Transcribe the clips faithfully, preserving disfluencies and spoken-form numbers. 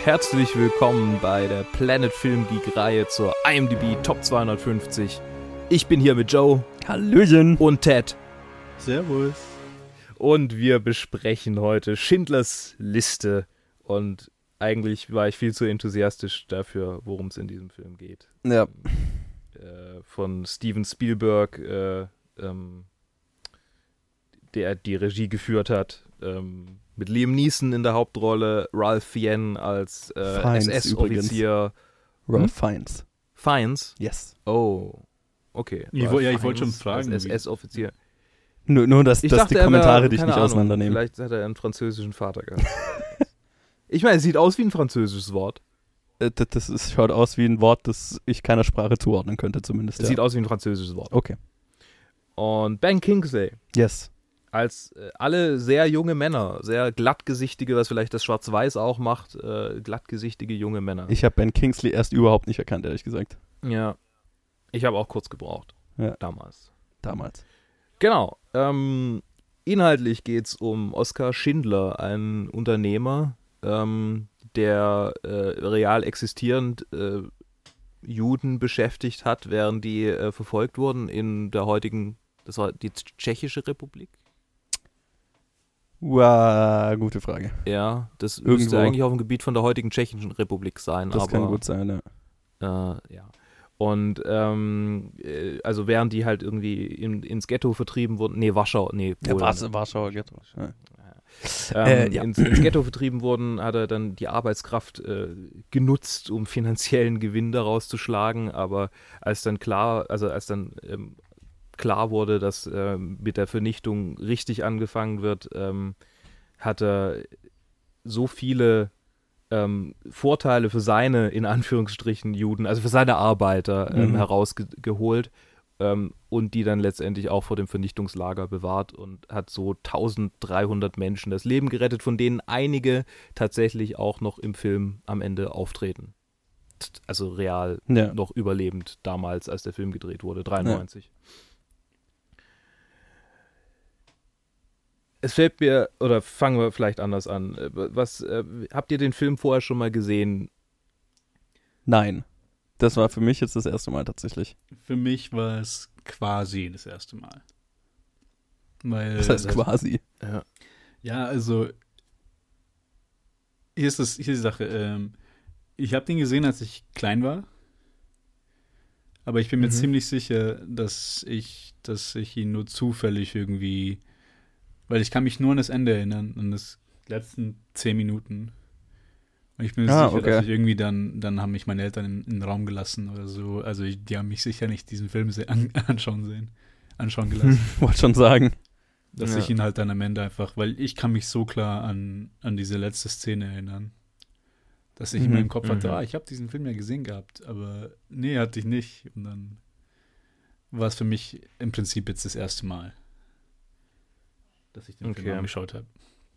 herzlich willkommen bei der Planet Film Geek Reihe zur IMDb Top zweihundertfünfzig. Ich bin hier mit Joe. Hallöchen. Und Ted. Servus. Und wir besprechen heute Schindlers Liste. Und eigentlich war ich viel zu enthusiastisch dafür, worum es in diesem Film geht. Ja. Äh, von Steven Spielberg, äh, ähm, der die Regie geführt hat. Ähm, mit Liam Neeson in der Hauptrolle, Ralph Fiennes als äh, Fiennes S S-Offizier. Ralph Hm? Fiennes. Fiennes? Yes. Oh, okay. Ich, Ralph ja, ich wollte schon Fiennes fragen. als S S-Offizier. Nur, nur dass, Ich dass dachte, die er Kommentare wär, dich keine nicht Ahnung, auseinandernehmen. Vielleicht hat er einen französischen Vater gehabt. Ich meine, es sieht aus wie ein französisches Wort. Äh, Das, das ist, schaut aus wie ein Wort, das ich keiner Sprache zuordnen könnte, zumindest. Es Ja. sieht aus wie ein französisches Wort. Okay. Und Ben Kingsley Yes. als äh, alle sehr junge Männer, sehr glattgesichtige, was vielleicht das Schwarz-Weiß auch macht, äh, glattgesichtige junge Männer. Ich habe Ben Kingsley erst überhaupt nicht erkannt, ehrlich gesagt. Ja, ich habe auch kurz gebraucht, Ja. damals. Damals. Genau, ähm, inhaltlich geht es um Oskar Schindler, einen Unternehmer, ähm, der äh, real existierend äh, Juden beschäftigt hat, während die äh, verfolgt wurden in der heutigen, das war die Tschechische Republik. Wow, gute Frage. Ja, das Irgendwo. müsste eigentlich auf dem Gebiet von der heutigen Tschechischen Republik sein. Das aber, kann gut sein, ja. Äh, ja. Und ähm, äh, also während die halt irgendwie in, ins Ghetto vertrieben wurden, nee, Warschau, nee, Polen. Warschau, Warschauer Ghetto. Ja. Ähm, Äh, ja. ins, ins Ghetto vertrieben wurden, hat er dann die Arbeitskraft äh, genutzt, um finanziellen Gewinn daraus zu schlagen. Aber als dann klar, also als dann ähm, klar wurde, dass ähm, mit der Vernichtung richtig angefangen wird, ähm, hat er so viele ähm, Vorteile für seine, in Anführungsstrichen, Juden, also für seine Arbeiter ähm, Mhm. herausgeholt. Ähm, und die dann letztendlich auch vor dem Vernichtungslager bewahrt und hat so dreizehnhundert Menschen das Leben gerettet, von denen einige tatsächlich auch noch im Film am Ende auftreten. T- Also real Ja. noch überlebend damals, als der Film gedreht wurde, dreiundneunzig. Es fällt mir, oder fangen wir vielleicht anders an. Äh, Was, äh, habt ihr den Film vorher schon mal gesehen? Nein. Das war für mich jetzt das erste Mal tatsächlich. Für mich war es quasi das erste Mal. Weil, Das heißt quasi. Ja. ja, also, hier ist, das, hier ist die Sache. Ähm, ich habe den gesehen, als ich klein war. Aber ich bin mir Mhm. ziemlich sicher, dass ich, dass ich ihn nur zufällig irgendwie, weil ich kann mich nur an das Ende erinnern, an das letzten zehn Minuten. Und ich bin mir Ah, sicher, okay. dass ich irgendwie dann, dann haben mich meine Eltern in, in den Raum gelassen oder so. Also ich, die haben mich sicher nicht diesen Film se- an, anschauen sehen, anschauen gelassen. Wollte schon sagen. Dass Ja. ich ihn halt dann am Ende einfach, weil ich kann mich so klar an, an diese letzte Szene erinnern, dass ich Mhm. immer im Kopf hatte, Mhm. ah, ich habe diesen Film ja gesehen gehabt, aber nee, hatte ich nicht. Und dann war es für mich im Prinzip jetzt das erste Mal, dass ich den Okay. Film angeschaut habe.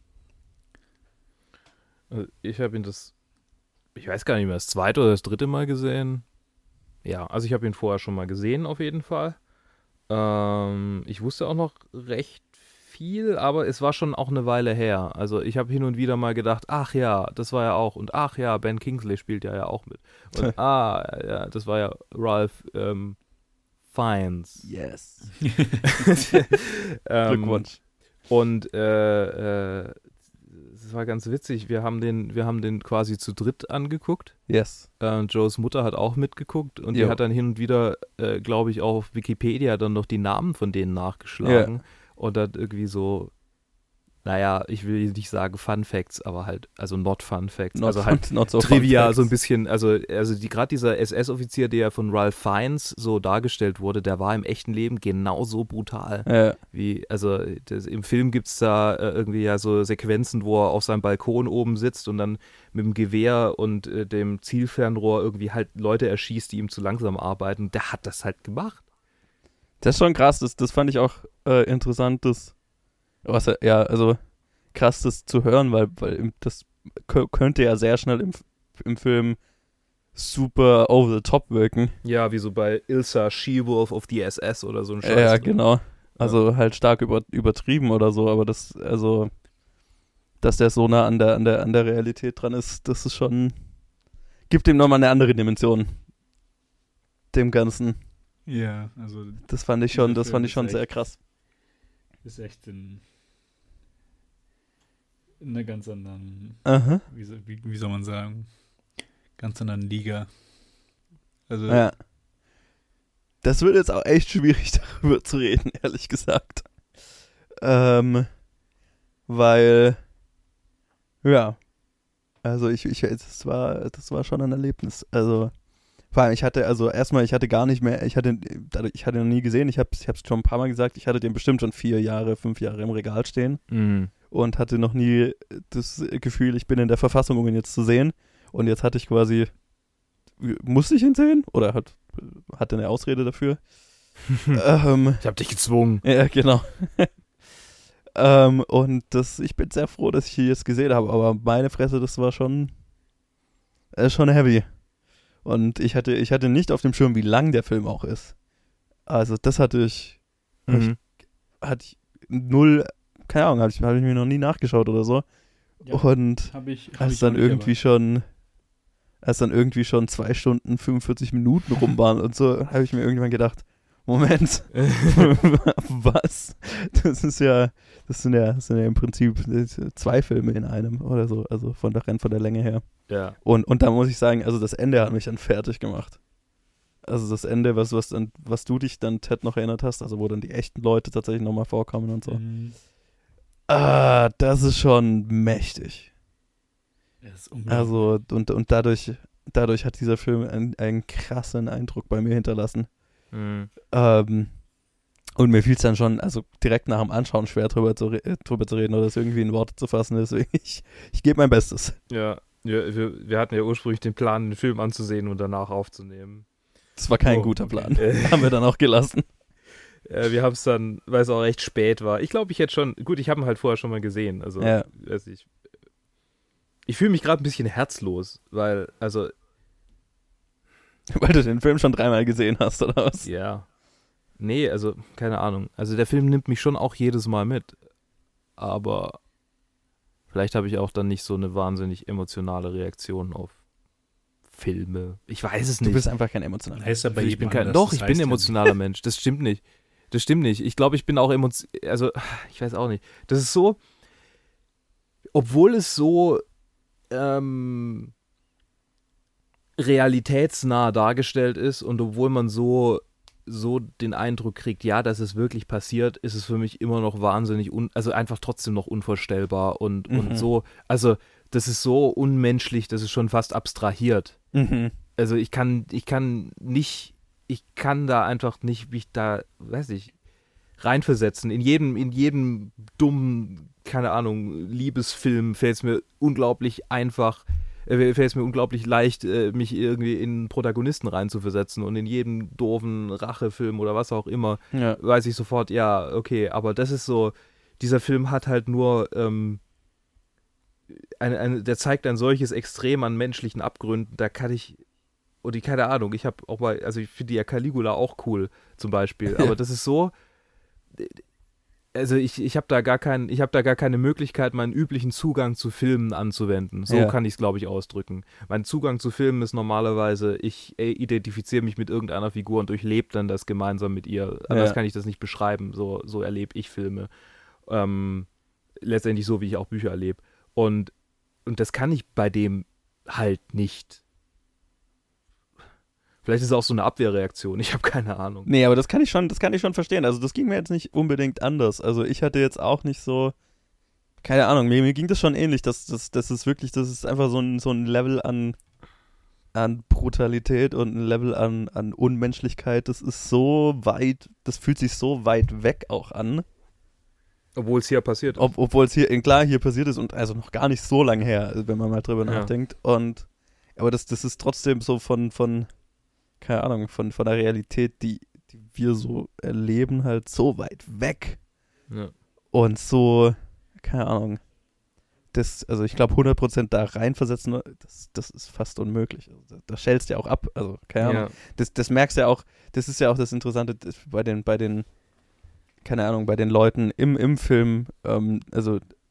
Also ich habe ihn das, ich weiß gar nicht mehr, das zweite oder das dritte Mal gesehen. Ja, also ich habe ihn vorher schon mal gesehen, auf jeden Fall. Ähm, ich wusste auch noch recht viel, aber es war schon auch eine Weile her. Also ich habe hin und wieder mal gedacht, ach ja, das war ja auch, und ach ja, Ben Kingsley spielt ja ja auch mit. Und ah, ja, das war ja Ralph ähm, Fiennes. Yes. ähm, Glückwunsch. Und äh, äh, es war ganz witzig, wir haben den, wir haben den quasi zu dritt angeguckt. Yes. Äh, Joes Mutter hat auch mitgeguckt und Jo. die hat dann hin und wieder, äh, glaube ich, auch auf Wikipedia dann noch die Namen von denen nachgeschlagen und hat irgendwie so, naja, ich will nicht sagen Fun Facts, aber halt, also not Fun Facts, Not, also halt fun, not so Trivia, fun so ein facts. bisschen, also, also die, gerade dieser S S-Offizier, der von Ralph Fiennes so dargestellt wurde, der war im echten Leben genauso brutal. Ja. Wie, also das, im Film gibt es da äh, irgendwie ja so Sequenzen, wo er auf seinem Balkon oben sitzt und dann mit dem Gewehr und äh, dem Zielfernrohr irgendwie halt Leute erschießt, die ihm zu langsam arbeiten. Der hat das halt gemacht. Das ist schon krass, das, das fand ich auch äh, interessant, das, was, er- ja, also krass, das zu hören, weil, weil im- das kö- könnte ja sehr schnell im, im Film super over the top wirken. Ja, wie so bei Ilsa She-Wolf of the S S oder so ein Scheiß. Ja, genau. Also halt stark über, übertrieben oder so, aber das, also dass der so nah an der, an der, an der Realität dran ist, das ist schon, gibt ihm nochmal eine andere Dimension, dem Ganzen. Ja, also Das fand ich schon, dieser das Film fand ich ist schon echt- sehr krass. ist echt in, in einer ganz anderen, Aha. wie, so- wie, wie soll man sagen, ganz anderen Liga. Also, Ja. Das wird jetzt auch echt schwierig, darüber zu reden, ehrlich gesagt. Ähm, weil, ja, also ich, ich, das war, das war schon ein Erlebnis. Also, vor allem, ich hatte, also erstmal, ich hatte gar nicht mehr, ich hatte, dadurch- ich hatte ihn noch nie gesehen, ich habe ich es schon ein paar Mal gesagt, ich hatte den bestimmt schon vier Jahre, fünf Jahre im Regal stehen Mhm. und hatte noch nie das Gefühl, ich bin in der Verfassung, um ihn jetzt zu sehen. Und jetzt hatte ich quasi, musste ich ihn sehen? Oder hat, hatte eine Ausrede dafür? ähm, Ich hab dich gezwungen. ja, genau. ähm, und das, ich bin sehr froh, dass ich ihn jetzt gesehen habe, aber meine Fresse, das war schon, äh, schon heavy. Und ich hatte, ich hatte nicht auf dem Schirm, wie lang der Film auch ist. Also das hatte ich, Mhm. hatte ich null, keine Ahnung, habe ich, hab ich mir noch nie nachgeschaut oder so. ja, Und habe ich, hab als ich dann auch nicht, irgendwie schon, als dann irgendwie schon zwei Stunden fünfundvierzig Minuten rum waren und so, habe ich mir irgendwann gedacht, Moment, was? Das ist ja, das sind ja, das sind ja im Prinzip zwei Filme in einem oder so, also von der, von der Länge her. Ja. Und, und da muss ich sagen, also das Ende hat mich dann fertig gemacht. Also das Ende, was, was, dann, was du dich dann, Ted, noch erinnert hast, also wo dann die echten Leute tatsächlich nochmal vorkommen und so. Mhm. Ah, das ist schon mächtig. Das ist unglaublich. Also, und, und dadurch, dadurch hat dieser Film einen, einen krassen Eindruck bei mir hinterlassen. Mhm. Ähm, und mir fiel es dann schon, also direkt nach dem Anschauen schwer drüber zu, re- äh, drüber zu reden oder das irgendwie in Worte zu fassen. Deswegen, ich, ich gebe mein Bestes. Ja. Ja, wir, wir hatten ja ursprünglich den Plan, den Film anzusehen und danach aufzunehmen. Das war kein Oh, guter okay. Plan. Äh, Haben wir dann auch gelassen. äh, wir haben es dann, weil es auch recht spät war. Ich glaube, ich hätte schon, gut, ich habe ihn halt vorher schon mal gesehen. Also, Ja. weiß ich. Ich fühle mich gerade ein bisschen herzlos, weil, also, Weil du den Film schon dreimal gesehen hast, oder was? ja. Nee, also, keine Ahnung. Also, der Film nimmt mich schon auch jedes Mal mit. Aber vielleicht habe ich auch dann nicht so eine wahnsinnig emotionale Reaktion auf Filme. Ich weiß es Du nicht. bist einfach kein emotionaler. Heißt ja bei ich bin jedem kein, anders, doch, das ich heißt bin ja ein emotionaler Mensch. Das stimmt nicht. Das stimmt nicht. Ich glaube, ich bin auch emotional. Also, ich weiß auch nicht. Das ist so, obwohl es so ähm, realitätsnah dargestellt ist und obwohl man so so den Eindruck kriegt, ja, dass es wirklich passiert, ist es für mich immer noch wahnsinnig, un also einfach trotzdem noch unvorstellbar und, Mhm. und so, also das ist so unmenschlich, das ist schon fast abstrahiert. Mhm. Also ich kann, ich kann nicht, ich kann da einfach nicht mich da, weiß ich, reinversetzen. In jedem, in jedem dummen, keine Ahnung, Liebesfilm fällt es mir unglaublich einfach, äh, fällt es mir unglaublich leicht, äh, mich irgendwie in Protagonisten reinzuversetzen und in jedem doofen Rachefilm oder was auch immer Ja. weiß ich sofort, ja, okay, aber das ist so, dieser Film hat halt nur, ähm, eine, eine, der zeigt ein solches Extrem an menschlichen Abgründen, da kann ich, und ich, keine Ahnung, ich habe auch mal, also ich finde ja Caligula auch cool, zum Beispiel, Ja. aber das ist so, also ich, ich habe da gar keinen, ich habe da gar keine Möglichkeit, meinen üblichen Zugang zu Filmen anzuwenden. So Ja. kann ich es, glaube ich, ausdrücken. Mein Zugang zu Filmen ist normalerweise, ich äh, identifiziere mich mit irgendeiner Figur und durchlebe dann das gemeinsam mit ihr. Anders Ja. kann ich das nicht beschreiben. So, so erlebe ich Filme. Ähm, letztendlich so, wie ich auch Bücher erlebe. Und, und das kann ich bei dem halt nicht. Vielleicht ist es auch so eine Abwehrreaktion. Ich habe keine Ahnung. Nee, aber das kann ich schon, das kann ich schon verstehen. Also das ging mir jetzt nicht unbedingt anders. Also ich hatte jetzt auch nicht so, keine Ahnung, mir, mir ging das schon ähnlich. Das, das, das ist wirklich, das ist einfach so ein, so ein Level an, an Brutalität und ein Level an, an Unmenschlichkeit. Das ist so weit, das fühlt sich so weit weg auch an. Obwohl es hier passiert ist. Ob, Obwohl es hier, klar, hier passiert ist und also noch gar nicht so lange her, wenn man mal drüber Ja. nachdenkt. Und aber das, das ist trotzdem so von, von keine Ahnung, von, von der Realität, die, die wir so erleben, halt so weit weg. Ja. Und so, keine Ahnung, das, also ich glaube hundert Prozent da reinversetzen, das, das ist fast unmöglich. Also, da, da schellst du ja auch ab, also keine Ahnung. Ja. Das, das merkst du ja auch, das ist ja auch das Interessante das bei den, bei den, keine Ahnung, bei den Leuten im, im Film, ähm, also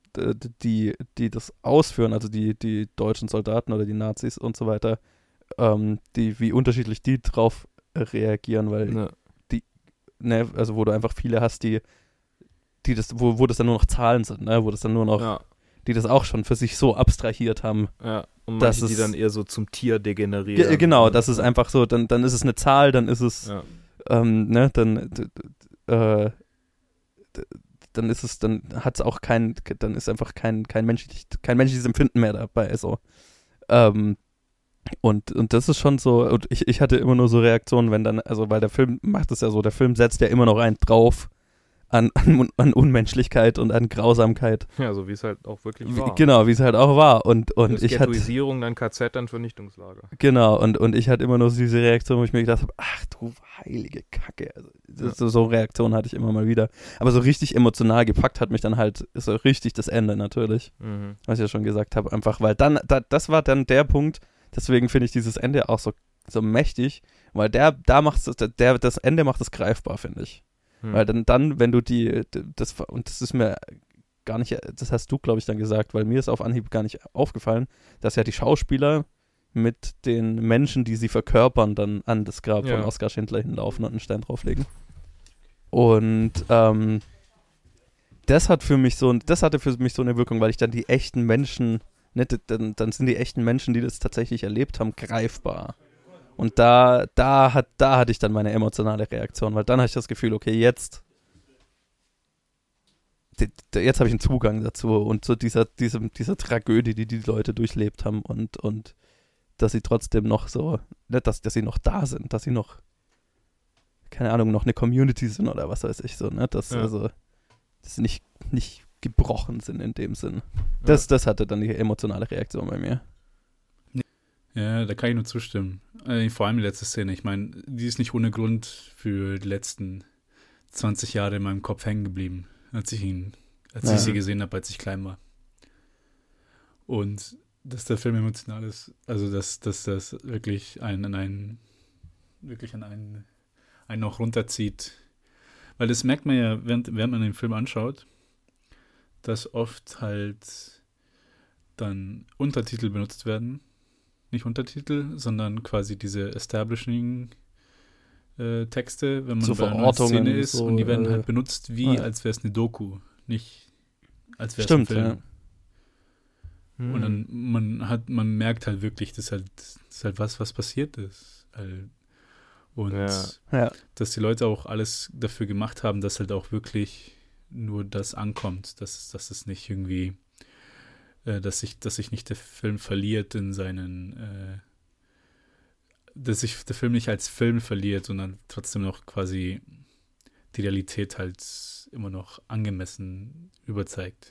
d- die, die das ausführen, also die, die deutschen Soldaten oder die Nazis und so weiter, ähm, die, wie unterschiedlich die drauf reagieren, weil Ne. die, ne, also wo du einfach viele hast, die, die das, wo, wo das dann nur noch Zahlen sind, ne, wo das dann nur noch, Ja, die das auch schon für sich so abstrahiert haben. ja. Und Das manche, die ist- dann eher so zum Tier degenerieren. Ge- genau, ne? das ist einfach so, dann, dann ist es eine Zahl, dann ist es, Ja. ähm, ne, dann, d- d- äh, d- dann ist es, dann hat es auch kein, dann ist einfach kein, kein menschlich, kein menschliches Empfinden mehr dabei, so. Ähm, und, und das ist schon so, und ich, ich hatte immer nur so Reaktionen, wenn dann, also weil der Film macht es ja so, der Film setzt ja immer noch einen drauf an, an, an Unmenschlichkeit und an Grausamkeit. Ja, so wie es halt auch wirklich Wie, war. genau, wie es halt auch war. Und, und Erst ich hatte, Ghettoisierung, dann K Z, dann Vernichtungslager. genau, und, und ich hatte immer nur so diese Reaktion, wo ich mir gedacht habe, ach du heilige Kacke. Also, das, Ja. so, so Reaktionen hatte ich immer mal wieder. Aber so richtig emotional gepackt hat mich dann halt so richtig das Ende natürlich. Mhm. Was ich ja schon gesagt habe, einfach, weil dann, da, das war dann der Punkt, deswegen finde ich dieses Ende auch so, so mächtig, weil der, da macht es, der, das Ende macht es greifbar, finde ich. Hm. Weil dann, dann, wenn du die, das, und das ist mir gar nicht, das hast du, glaube ich, dann gesagt, weil mir ist auf Anhieb gar nicht aufgefallen, dass ja die Schauspieler mit den Menschen, die sie verkörpern, dann an das Grab Ja. von Oskar Schindler hinlaufen und einen Stein drauflegen. Und ähm, das hat für mich so, das hatte für mich so eine Wirkung, weil ich dann die echten Menschen, ne, d- dann, dann sind die echten Menschen, die das tatsächlich erlebt haben, greifbar. Und da, da hat, da hatte ich dann meine emotionale Reaktion, weil dann hatte ich das Gefühl, okay, jetzt, d- d- jetzt habe ich einen Zugang dazu und zu dieser, diesem, dieser Tragödie, die die Leute durchlebt haben und, und dass sie trotzdem noch so, ne, dass, dass sie noch da sind, dass sie noch, keine Ahnung, noch eine Community sind oder was weiß ich so, ne, dass, Ja. also, dass sie nicht, nicht gebrochen sind in dem Sinn. Das, das hatte dann die emotionale Reaktion bei mir. Ja, da kann ich nur zustimmen. Äh, vor allem die letzte Szene. Ich meine, die ist nicht ohne Grund für die letzten zwanzig Jahre in meinem Kopf hängen geblieben, als ich ihn, als Ja. ich sie gesehen habe, als ich klein war. Und dass der Film emotional ist, also dass, dass das wirklich einen an einen, wirklich an einen, einen noch runterzieht. Weil das merkt man ja, während, während man den Film anschaut, dass oft halt dann Untertitel benutzt werden. Nicht Untertitel, sondern quasi diese establishing äh, Texte, wenn man So bei einer Verortungen, Szene ist so, und die werden äh, halt benutzt wie, ja. als wäre es eine Doku, nicht als wäre es ein Stimmt, Film. ja. Hm. Und dann man hat, man merkt halt wirklich, dass halt, das ist halt was, was passiert ist. Halt. Und Ja. Ja. dass die Leute auch alles dafür gemacht haben, dass halt auch wirklich nur das ankommt, dass, dass es nicht irgendwie, äh, dass sich, dass sich nicht der Film verliert in seinen, äh, dass sich der Film nicht als Film verliert, sondern trotzdem noch quasi die Realität halt immer noch angemessen überzeigt.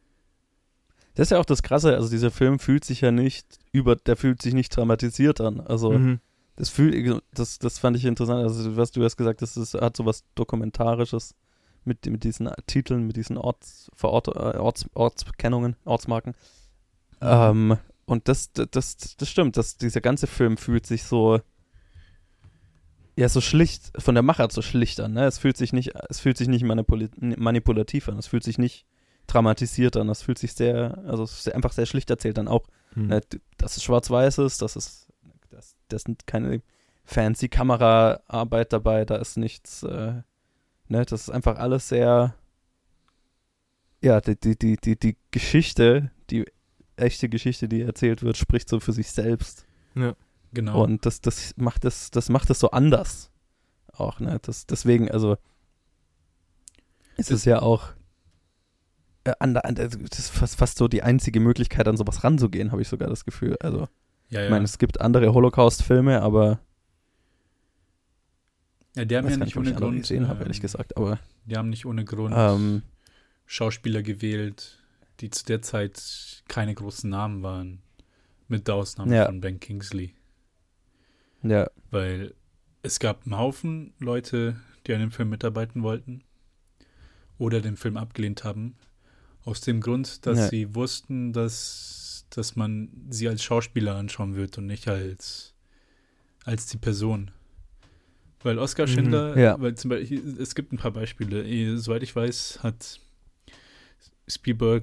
Das ist ja auch das Krasse, also dieser Film fühlt sich ja nicht über, der fühlt sich nicht dramatisiert an. Also Mhm. das fühlt, das, das fand ich interessant. Also was du hast gesagt, das ist, hat sowas Dokumentarisches mit, mit diesen Titeln, mit diesen Orts, Verort, äh, Orts, Ortskennungen, Ortsmarken. Ähm, und das, das, das, das stimmt, das, dieser ganze Film fühlt sich so, ja, so schlicht, von der Machart so schlicht an, ne? Es fühlt sich nicht, es fühlt sich nicht manipul manipulativ an, es fühlt sich nicht dramatisiert an, es fühlt sich sehr, also es ist einfach sehr schlicht erzählt dann auch, Hm. ne? Dass es schwarz-weiß ist, dass es, das, das sind keine fancy Kameraarbeit dabei, da ist nichts, äh, ne? Das ist einfach alles sehr, ja, die, die, die, die, die Geschichte, die echte Geschichte, die erzählt wird, spricht so für sich selbst. Genau. Und das, das macht es, das macht es so anders. Auch, ne? Das, deswegen, also ist es ja auch äh, an, an, das ist fast, fast so die einzige Möglichkeit, an sowas ranzugehen, habe ich sogar das Gefühl. Also, ja, ja. ich meine, es gibt andere Holocaust-Filme, aber ja, die ich haben weiß ja gar nicht nicht, ob ohne ich andere Grund, gesehen habe, ähm, ehrlich gesagt. Aber die haben nicht ohne Grund ähm, Schauspieler gewählt, die zu der Zeit keine großen Namen waren. Mit der Ausnahme Ja. von Ben Kingsley. ja, Weil es gab einen Haufen Leute, die an dem Film mitarbeiten wollten oder den Film abgelehnt haben. Aus dem Grund, dass Ja. sie wussten, dass, dass man sie als Schauspieler anschauen wird und nicht als, als die Person. Weil Oskar Mhm. Schindler, Ja. weil zum Beispiel, es gibt ein paar Beispiele. Eh, Soweit ich weiß, hat Spielberg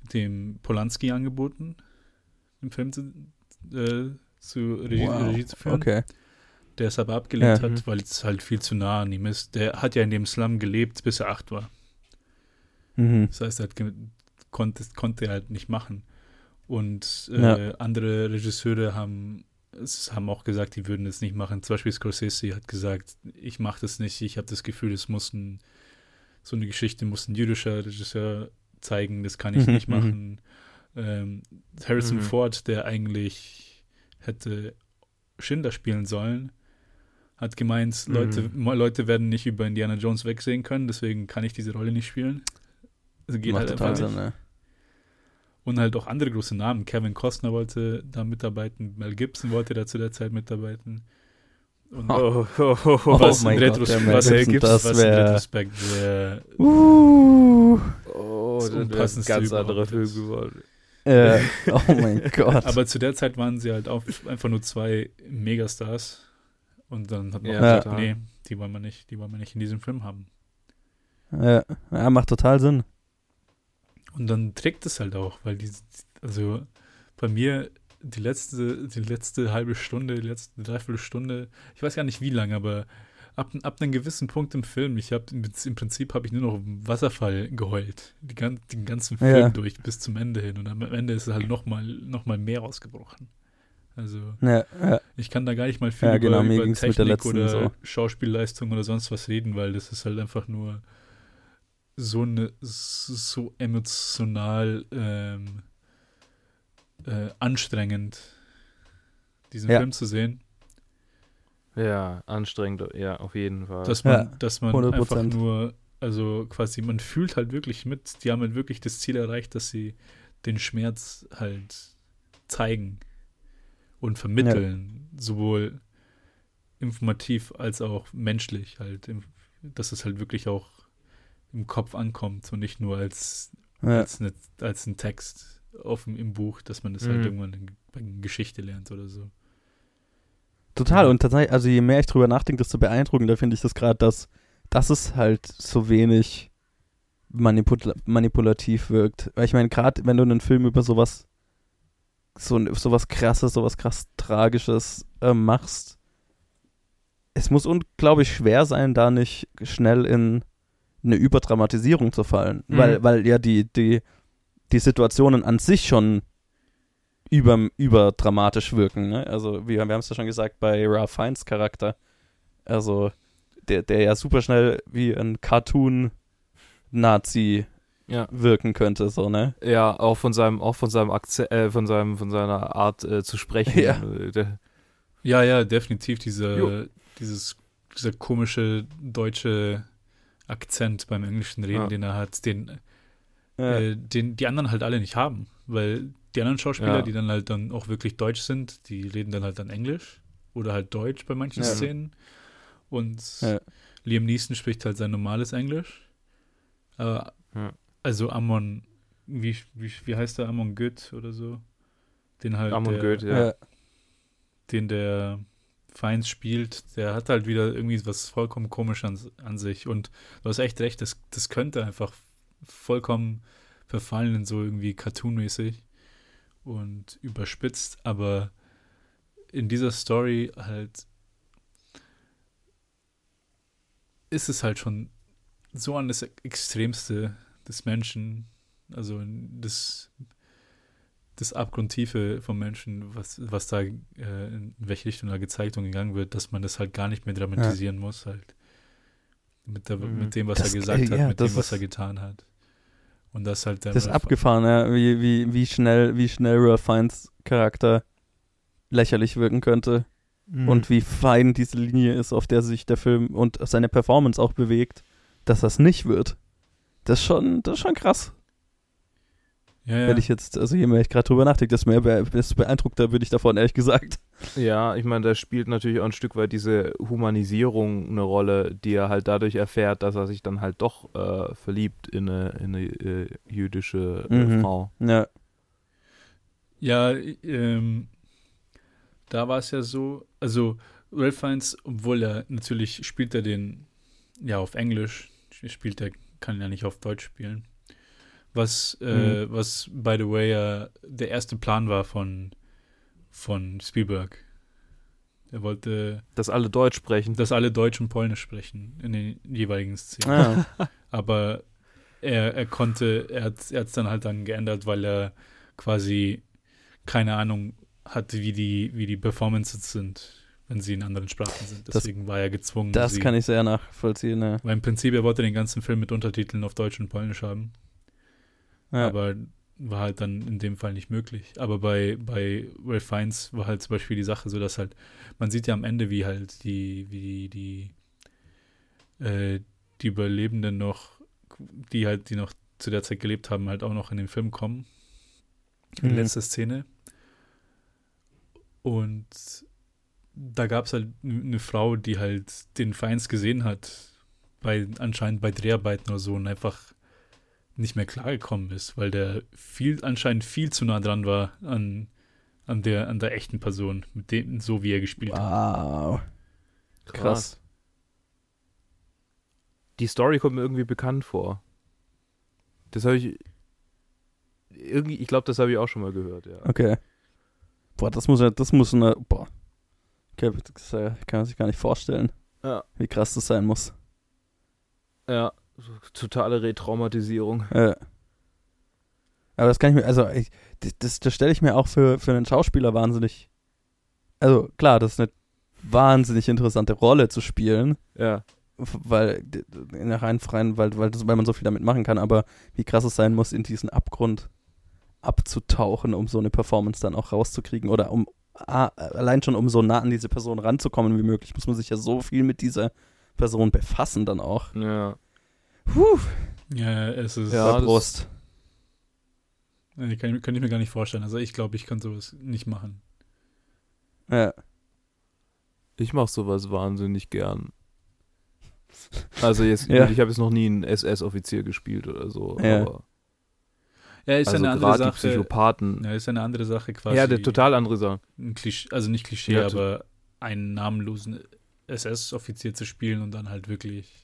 dem Polanski angeboten, den Film zu, äh, zu Regie, Wow. Regie zu führen. Okay. Der es aber abgelehnt Ja. hat, weil es halt viel zu nah an ihm ist. Der hat ja in dem Slum gelebt, bis er acht war. Mhm. Das heißt, er hat ge- konnte, konnte er halt nicht machen. Und äh, Ja. andere Regisseure haben, es haben auch gesagt, die würden es nicht machen. Zum Beispiel Scorsese hat gesagt, ich mache das nicht. Ich habe das Gefühl, es muss ein, so eine Geschichte muss ein jüdischer Regisseur zeigen. Das kann ich Mhm, nicht mhm. machen. Ähm, Harrison Mhm. Ford, der eigentlich hätte Schindler spielen sollen, hat gemeint, Mhm. Leute, mo- Leute werden nicht über Indiana Jones wegsehen können, deswegen kann ich diese Rolle nicht spielen. Also geht Macht halt total einfach Sinn, nicht. ne? Und halt auch andere große Namen. Kevin Costner wollte da mitarbeiten, Mel Gibson wollte da zu der Zeit mitarbeiten. Und Oh, oh, oh, oh. was, mein in Gott, Retros der Mel was, Gibson, Gibson, das was in wär- Retrospekt wäre Uh. Oh, Das das wäre ein Unpassendste ganz anderer überhaupt Film ist. geworden. Äh, oh mein Gott. Aber zu der Zeit waren sie halt auch einfach nur zwei Megastars. Und dann hat man Ja, gesagt, total. nee, die wollen wir nicht, die wollen wir nicht in diesem Film haben. ja, ja, macht total Sinn. Und dann trägt es halt auch, weil die, also bei mir die letzte, die letzte halbe Stunde, die letzte Dreiviertelstunde, ich weiß gar nicht wie lange, aber ab, ab einem gewissen Punkt im Film, ich habe im Prinzip habe ich nur noch im Wasserfall geheult, die, gan- den ganzen Film Ja. durch bis zum Ende hin und am Ende ist es halt nochmal noch mal mehr ausgebrochen. Also Ja, ja. ich kann da gar nicht mal viel Ja, über, genau, mir über ging's Technik mit der letzten oder so. Schauspielleistung oder sonst was reden, weil das ist halt einfach nur so eine so emotional ähm, äh, anstrengend, diesen Ja. Film zu sehen, Ja, anstrengend, ja, auf jeden Fall. dass man, Ja, dass man hundert einfach Prozent. nur, also quasi, man fühlt halt wirklich mit, die haben halt wirklich das Ziel erreicht, dass sie den Schmerz halt zeigen und vermitteln, sowohl informativ als auch menschlich halt, im- dass es halt wirklich auch im Kopf ankommt und nicht nur als, Ja. als, eine, als ein Text auf dem, im Buch, dass man das halt Mhm. irgendwann in, in Geschichte lernt oder so. Total. Ja. Und tatsächlich, also je mehr ich drüber nachdenke, desto beeindruckender finde ich das gerade, dass, dass es halt so wenig manipula manipulativ wirkt. Weil ich meine, gerade wenn du einen Film über sowas, so sowas krasses, sowas krass Tragisches äh, machst, es muss unglaublich schwer sein, da nicht schnell in eine Überdramatisierung zu fallen. Mhm. Weil, weil ja die, die, die Situationen an sich schon über, überdramatisch wirken. Ne? Also wir, wir haben es ja schon gesagt bei Ralph Fiennes Charakter. Also der, der ja super schnell wie ein Cartoon-Nazi Ja. wirken könnte, so, ne? Ja, auch von seinem, auch von seinem Akzent, äh, von seinem, von seiner Art äh, zu sprechen. Ja. Äh, der, Ja, ja, definitiv diese, Jo. dieses, dieser komische deutsche Akzent beim englischen Reden, Ja. den er hat, den, Äh, äh, den die anderen halt alle nicht haben, weil die anderen Schauspieler, Ja. die dann halt dann auch wirklich deutsch sind, die reden dann halt dann Englisch oder halt Deutsch bei manchen Ja. Szenen und Ja. Liam Neeson spricht halt sein normales Englisch. Aber, Ja. also Amon, wie, wie, wie heißt der, Amon Goeth oder so? Den halt Amon der, Goeth, ja. ja. den der Fiennes spielt, der hat halt wieder irgendwie was vollkommen komisch an, an sich. Und du hast echt recht, das, das könnte einfach vollkommen verfallen in so irgendwie cartoonmäßig und überspitzt, aber in dieser Story halt ist es halt schon so an das Extremste des Menschen, also das, das Abgrundtiefe vom Menschen, was, was da, äh, in welche Richtung da gezeigt und gegangen wird, dass man das halt gar nicht mehr dramatisieren muss, halt. Mit, der, Mhm. mit dem, was Das- er gesagt äh, hat, ja, mit das dem, was ist- er getan hat. Und das halt dann Das ist einfach- abgefahren, ja, wie, wie, wie schnell, wie schnell Ralph Fiennes Charakter lächerlich wirken könnte. Mhm. Und wie fein diese Linie ist, auf der sich der Film und seine Performance auch bewegt, dass das nicht wird. Das ist schon, das ist schon krass. ja, ja. Wenn ich jetzt, also je mehr ich gerade drüber nachdenke, desto mehr be desto beeindruckter bin ich davon, ehrlich gesagt. Ja, ich meine, da spielt natürlich auch ein Stück weit diese Humanisierung eine Rolle, die er halt dadurch erfährt, dass er sich dann halt doch äh, verliebt in eine, in eine äh, jüdische äh, Mhm. Frau. Ja. Ja, ähm, da war es ja so, also Ralph Fiennes, obwohl er natürlich spielt er den ja auf Englisch, spielt er, kann ja nicht auf Deutsch spielen. was, äh, mhm. was by the way, äh, der erste Plan war von, von Spielberg. Er wollte, dass alle Deutsch sprechen. Dass alle Deutsch und Polnisch sprechen in den jeweiligen Szenen. Ah. Aber er, er konnte, er hat es dann halt dann geändert, weil er quasi keine Ahnung hatte, wie die, wie die Performances sind, wenn sie in anderen Sprachen sind. Deswegen das, war er gezwungen. Das sie, kann ich sehr nachvollziehen, ja. Weil im Prinzip, er wollte den ganzen Film mit Untertiteln auf Deutsch und Polnisch haben. Ja. Aber war halt dann in dem Fall nicht möglich. Aber bei, bei Ralph Fiennes war halt zum Beispiel die Sache so, dass halt, man sieht ja am Ende, wie halt die, wie die, äh, die Überlebenden noch, die halt, die noch zu der Zeit gelebt haben, halt auch noch in den Film kommen. Die mhm. letzte Szene. Und da gab es halt eine Frau, die halt den Fiennes gesehen hat, bei, anscheinend bei Dreharbeiten oder so, und einfach nicht mehr klargekommen ist, weil der viel, anscheinend viel zu nah dran war an, an, der, an der echten Person, mit dem, so wie er gespielt wow. hat. Wow. Krass. Die Story kommt mir irgendwie bekannt vor. Das habe ich irgendwie, ich glaube, das habe ich auch schon mal gehört, ja. Okay. Boah, das muss ja, das muss eine, boah. Okay, das kann man sich gar nicht vorstellen, ja. wie krass das sein muss. Ja. Totale Retraumatisierung. Ja. Aber das kann ich mir, also ich, das, das stelle ich mir auch für, für einen Schauspieler wahnsinnig, also klar, das ist eine wahnsinnig interessante Rolle zu spielen. Ja. Weil, in der rein freien, weil, weil, das, weil man so viel damit machen kann, aber wie krass es sein muss, in diesen Abgrund abzutauchen, um so eine Performance dann auch rauszukriegen oder um, ah, allein schon um so nah an diese Person ranzukommen wie möglich, muss man sich ja so viel mit dieser Person befassen dann auch. Ja. Puh. Ja, es ist ja, Brust. Das kann, kann ich mir gar nicht vorstellen. Also ich glaube, ich kann sowas nicht machen. Ja. Ich mache sowas wahnsinnig gern. Also jetzt, ja. ich habe jetzt noch nie einen S S-Offizier gespielt oder so. Ja, aber ja ist also eine andere Sache. Die Psychopathen. Ja, ist eine andere Sache quasi. Ja, eine total andere Sache. Ein Klischee, also nicht Klischee, ja, aber einen namenlosen S S-Offizier zu spielen und dann halt wirklich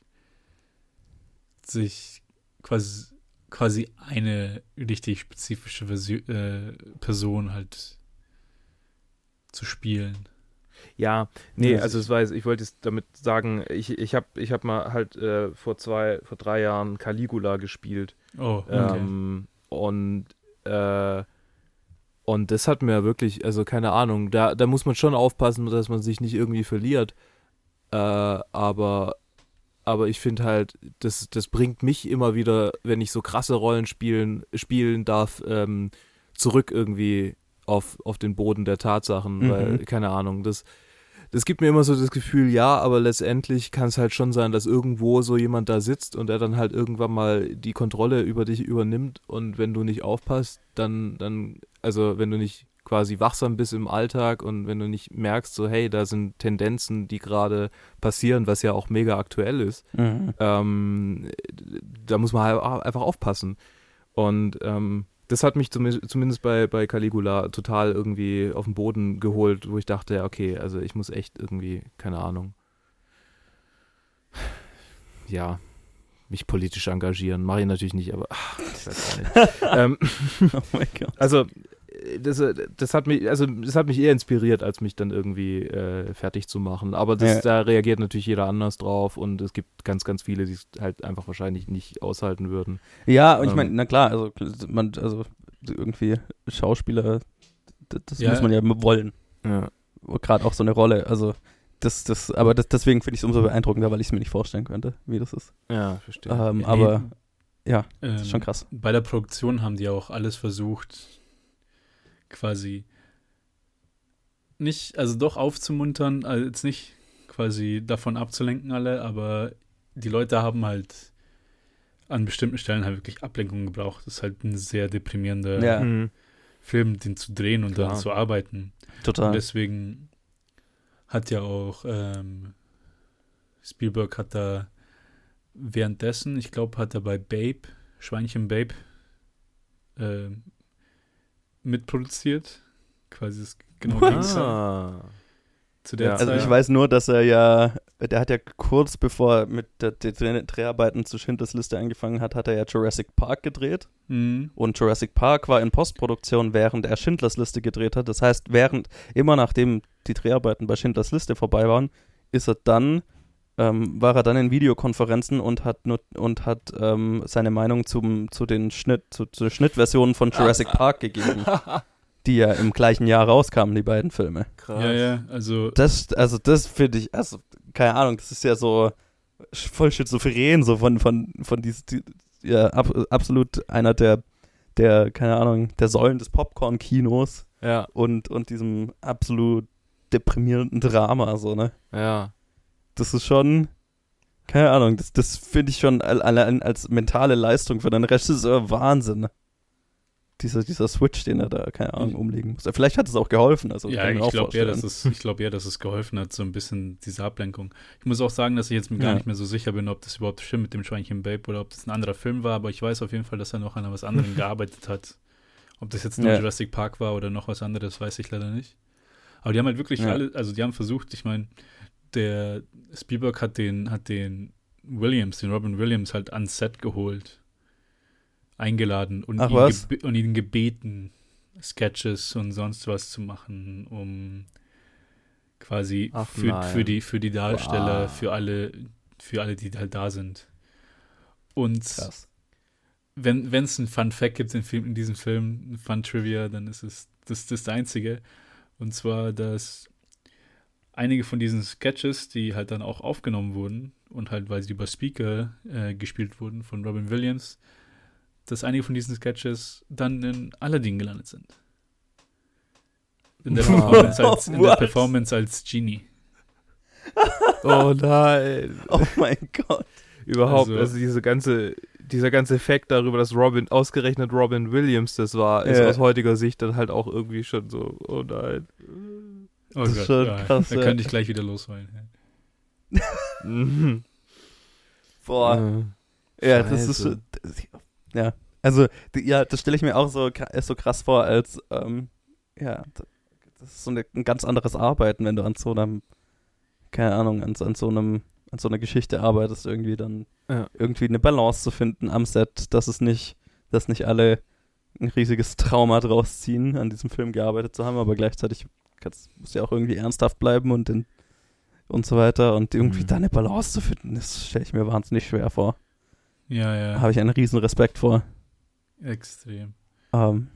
sich quasi, quasi eine richtig spezifische Version, äh, Person halt zu spielen. Ja, nee, ja, also es weiß, ich wollte es damit sagen, ich, ich habe ich hab mal halt äh, vor zwei, vor drei Jahren Caligula gespielt. Oh, okay. Ähm, und äh, und das hat mir wirklich, also keine Ahnung, da, da muss man schon aufpassen, dass man sich nicht irgendwie verliert. Äh, aber Aber ich finde halt, das, das bringt mich immer wieder, wenn ich so krasse Rollen spielen, spielen darf, ähm, zurück irgendwie auf, auf den Boden der Tatsachen, mhm. weil, keine Ahnung, das, das gibt mir immer so das Gefühl, ja, aber letztendlich kann es halt schon sein, dass irgendwo so jemand da sitzt und der dann halt irgendwann mal die Kontrolle über dich übernimmt und wenn du nicht aufpasst, dann, dann, also wenn du nicht quasi wachsam bist im Alltag und wenn du nicht merkst, so hey, da sind Tendenzen, die gerade passieren, was ja auch mega aktuell ist, mhm. ähm, da muss man halt einfach aufpassen. Und ähm, das hat mich zum, zumindest bei, bei Caligula total irgendwie auf den Boden geholt, wo ich dachte, ja okay, also ich muss echt irgendwie, keine Ahnung, ja, mich politisch engagieren. Mache ich natürlich nicht, aber ach, ich weiß auch nicht. ähm, oh mein Gott. Also Das, das hat mich, also das hat mich eher inspiriert, als mich dann irgendwie äh, fertig zu machen. Aber das, ja. da reagiert natürlich jeder anders drauf und es gibt ganz, ganz viele, die es halt einfach wahrscheinlich nicht aushalten würden. Ja, und ich ähm, meine, na klar, also man, also irgendwie Schauspieler, das, das ja. muss man ja wollen. Ja. Gerade auch so eine Rolle, also das, das, aber das, deswegen finde ich es umso beeindruckender, weil ich es mir nicht vorstellen könnte, wie das ist. Ja, verstehe. Ähm, ja, aber ja, ähm, das ist schon krass. Bei der Produktion haben die auch alles versucht, quasi nicht, also doch aufzumuntern, also jetzt nicht quasi davon abzulenken alle, aber die Leute haben halt an bestimmten Stellen halt wirklich Ablenkung gebraucht. Das ist halt ein sehr deprimierender ja. mhm. Film, den zu drehen und Klar. daran zu arbeiten. Total. Und deswegen hat ja auch ähm, Spielberg hat da währenddessen, ich glaube, hat er bei Babe, Schweinchen Babe, äh, mitproduziert. Quasi das genau Gegenteil. Ah. Zu der Ja. Zeit. Also ich weiß nur, dass er ja der hat ja kurz bevor er mit der, der Dreharbeiten zu Schindlers Liste angefangen hat, hat er ja Jurassic Park gedreht. Mhm. Und Jurassic Park war in Postproduktion, während er Schindlers Liste gedreht hat. Das heißt, während, immer nachdem die Dreharbeiten bei Schindlers Liste vorbei waren, ist er dann, ähm, war er dann in Videokonferenzen und hat nur, und hat ähm, seine Meinung zum, zu den Schnitt, zu, zu Schnittversionen von Jurassic Park gegeben. Die ja im gleichen Jahr rauskamen, die beiden Filme. Krass. Ja, ja, also. Das, also das finde ich, also, keine Ahnung, das ist ja so voll schizophren, so von, von, von dieses, die, ja, ab, absolut einer der, der, keine Ahnung, der Säulen des Popcorn-Kinos Ja, und, und diesem absolut deprimierenden Drama, so, ne? ja. Das ist schon, keine Ahnung, das, das finde ich schon allein als mentale Leistung für einen Regisseur Wahnsinn. Dieser, dieser Switch, den er da, keine Ahnung, umlegen muss. Vielleicht hat es auch geholfen. Also ja, ich glaube eher, dass es, ich glaube eher, dass es geholfen hat, so ein bisschen diese Ablenkung. Ich muss auch sagen, dass ich jetzt mir gar Ja. nicht mehr so sicher bin, ob das überhaupt stimmt mit dem Schweinchen Babe oder ob das ein anderer Film war, aber ich weiß auf jeden Fall, dass er noch an was anderem gearbeitet hat. Ob das jetzt nur Ja. Jurassic Park war oder noch was anderes, weiß ich leider nicht. Aber die haben halt wirklich Ja. alle, also die haben versucht, ich meine, der Spielberg hat den, hat den Williams, den Robin Williams halt ans Set geholt, eingeladen und, Ach, ihn, was? gebe- und ihn gebeten, Sketches und sonst was zu machen, um quasi Ach für, nein. für, die, für die Darsteller, Wow. für alle, für alle, die halt da sind. Und Krass. wenn es ein Fun Fact gibt in, Film, in diesem Film, ein Fun Trivia, dann ist es das, das, das Einzige. Und zwar, dass einige von diesen Sketches, die halt dann auch aufgenommen wurden und halt, weil sie über Speaker äh, gespielt wurden von Robin Williams, dass einige von diesen Sketches dann in Aladdin gelandet sind. In der, Wow. Performance, als, in der What? Performance als Genie. Oh nein. Oh mein Gott. Überhaupt, Also- also, diese ganze, dieser ganze Fact darüber, dass Robin, ausgerechnet Robin Williams das war, ist Ja. aus heutiger Sicht dann halt auch irgendwie schon so, oh nein. Oh Das ist Gott, schon ja, krass, da ja. könnte ich gleich wieder losholen. Ja. Mhm. Boah. Äh, Ja, das ist Scheiße. schon- das, ja, also die, ja, das stelle ich mir auch so, kra- so krass vor, als ähm, ja, d- das ist so eine, ein ganz anderes Arbeiten, wenn du an so einem, keine Ahnung, an, so- an so einem, an so einer Geschichte arbeitest, irgendwie dann Ja. irgendwie eine Balance zu finden am Set, dass es nicht, dass nicht alle ein riesiges Trauma draus ziehen, an diesem Film gearbeitet zu haben, aber gleichzeitig kannst, muss ja auch irgendwie ernsthaft bleiben und den, und so weiter und irgendwie Mhm. da eine Balance zu finden, das stelle ich mir wahnsinnig schwer vor. Ja, ja, Habe ich einen riesen Respekt vor. extrem. Ähm,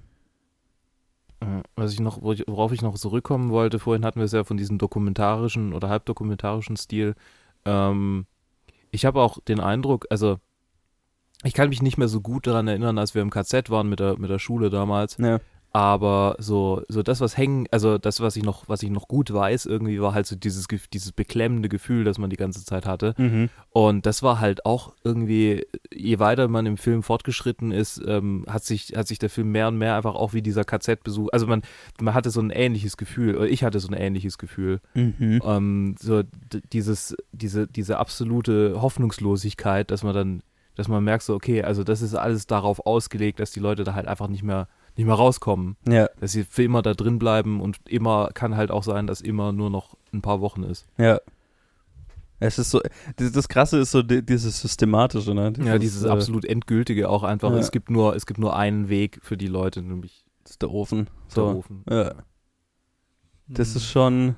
Äh, Was ich noch, wo ich- worauf ich noch zurückkommen wollte, vorhin hatten wir es ja von diesem dokumentarischen oder halbdokumentarischen Stil. Ähm, ich habe auch den Eindruck, also ich kann mich nicht mehr so gut daran erinnern, als wir im K Z waren mit der, mit der Schule damals, ja. aber so, so das, was hängen, also das, was ich noch, was ich noch gut weiß, irgendwie war halt so dieses, Gef- dieses beklemmende Gefühl, das man die ganze Zeit hatte. Mhm. Und das war halt auch irgendwie, je weiter man im Film fortgeschritten ist, ähm, hat sich, hat sich der Film mehr und mehr einfach auch wie dieser K Z-Besuch, also man, man hatte so ein ähnliches Gefühl, oder ich hatte so ein ähnliches Gefühl, Mhm. ähm, so d- dieses, diese, diese absolute Hoffnungslosigkeit, dass man dann, dass man merkt so, okay, also das ist alles darauf ausgelegt, dass die Leute da halt einfach nicht mehr, nicht mehr rauskommen, Ja, dass sie für immer da drin bleiben und immer, kann halt auch sein, dass immer nur noch ein paar Wochen ist. ja. Es ist so, das, das Krasse ist so die, dieses Systematische, ne? Ja, dieses äh, absolut Endgültige auch einfach. Ja. Es gibt nur, es gibt nur einen Weg für die Leute, nämlich Das ist der Ofen. der So. Ofen. Ja. Das Mhm. ist schon.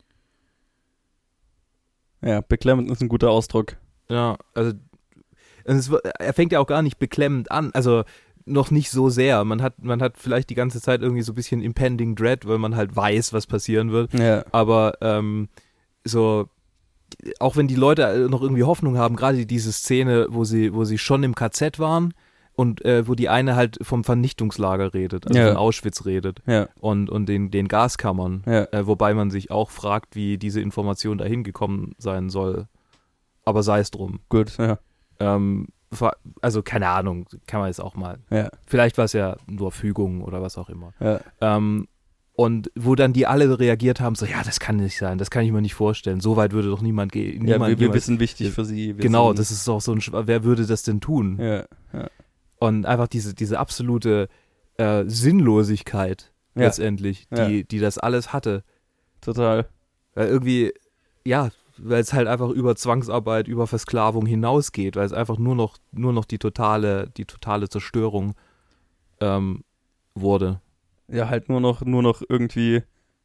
Ja, beklemmend ist ein guter Ausdruck. Ja, also es, w- er fängt ja auch gar nicht beklemmend an, also noch nicht so sehr. Man hat, man hat vielleicht die ganze Zeit irgendwie so ein bisschen impending dread, weil man halt weiß, was passieren wird. Ja. Aber ähm, so, auch wenn die Leute noch irgendwie Hoffnung haben, gerade diese Szene, wo sie, wo sie schon im K Z waren und äh, wo die eine halt vom Vernichtungslager redet, also Ja. von Auschwitz redet Ja. und, und den, den Gaskammern, Ja. äh, wobei man sich auch fragt, wie diese Information dahin gekommen sein soll. Aber sei es drum. Gut, ja. Ähm, ver- also keine Ahnung, kann man jetzt auch mal. Ja. Vielleicht war es ja nur Fügung oder was auch immer. Ja. Ähm, und wo dann die alle reagiert haben, so, ja, das kann nicht sein, das kann ich mir nicht vorstellen. So weit würde doch niemand gehen. Ja, Niemand wir, wir jemals- wissen wichtig für sie. Wir Genau, sind, das ist auch so ein, Schw- wer würde das denn tun? Ja. Ja. Und einfach diese, diese absolute äh, Sinnlosigkeit Ja. letztendlich, Ja. die, die das alles hatte. Total. Weil irgendwie, ja, weil es halt einfach über Zwangsarbeit, über Versklavung hinausgeht, weil es einfach nur noch, nur noch die totale, die totale Zerstörung ähm, wurde. Ja, halt nur noch, nur noch irgendwie,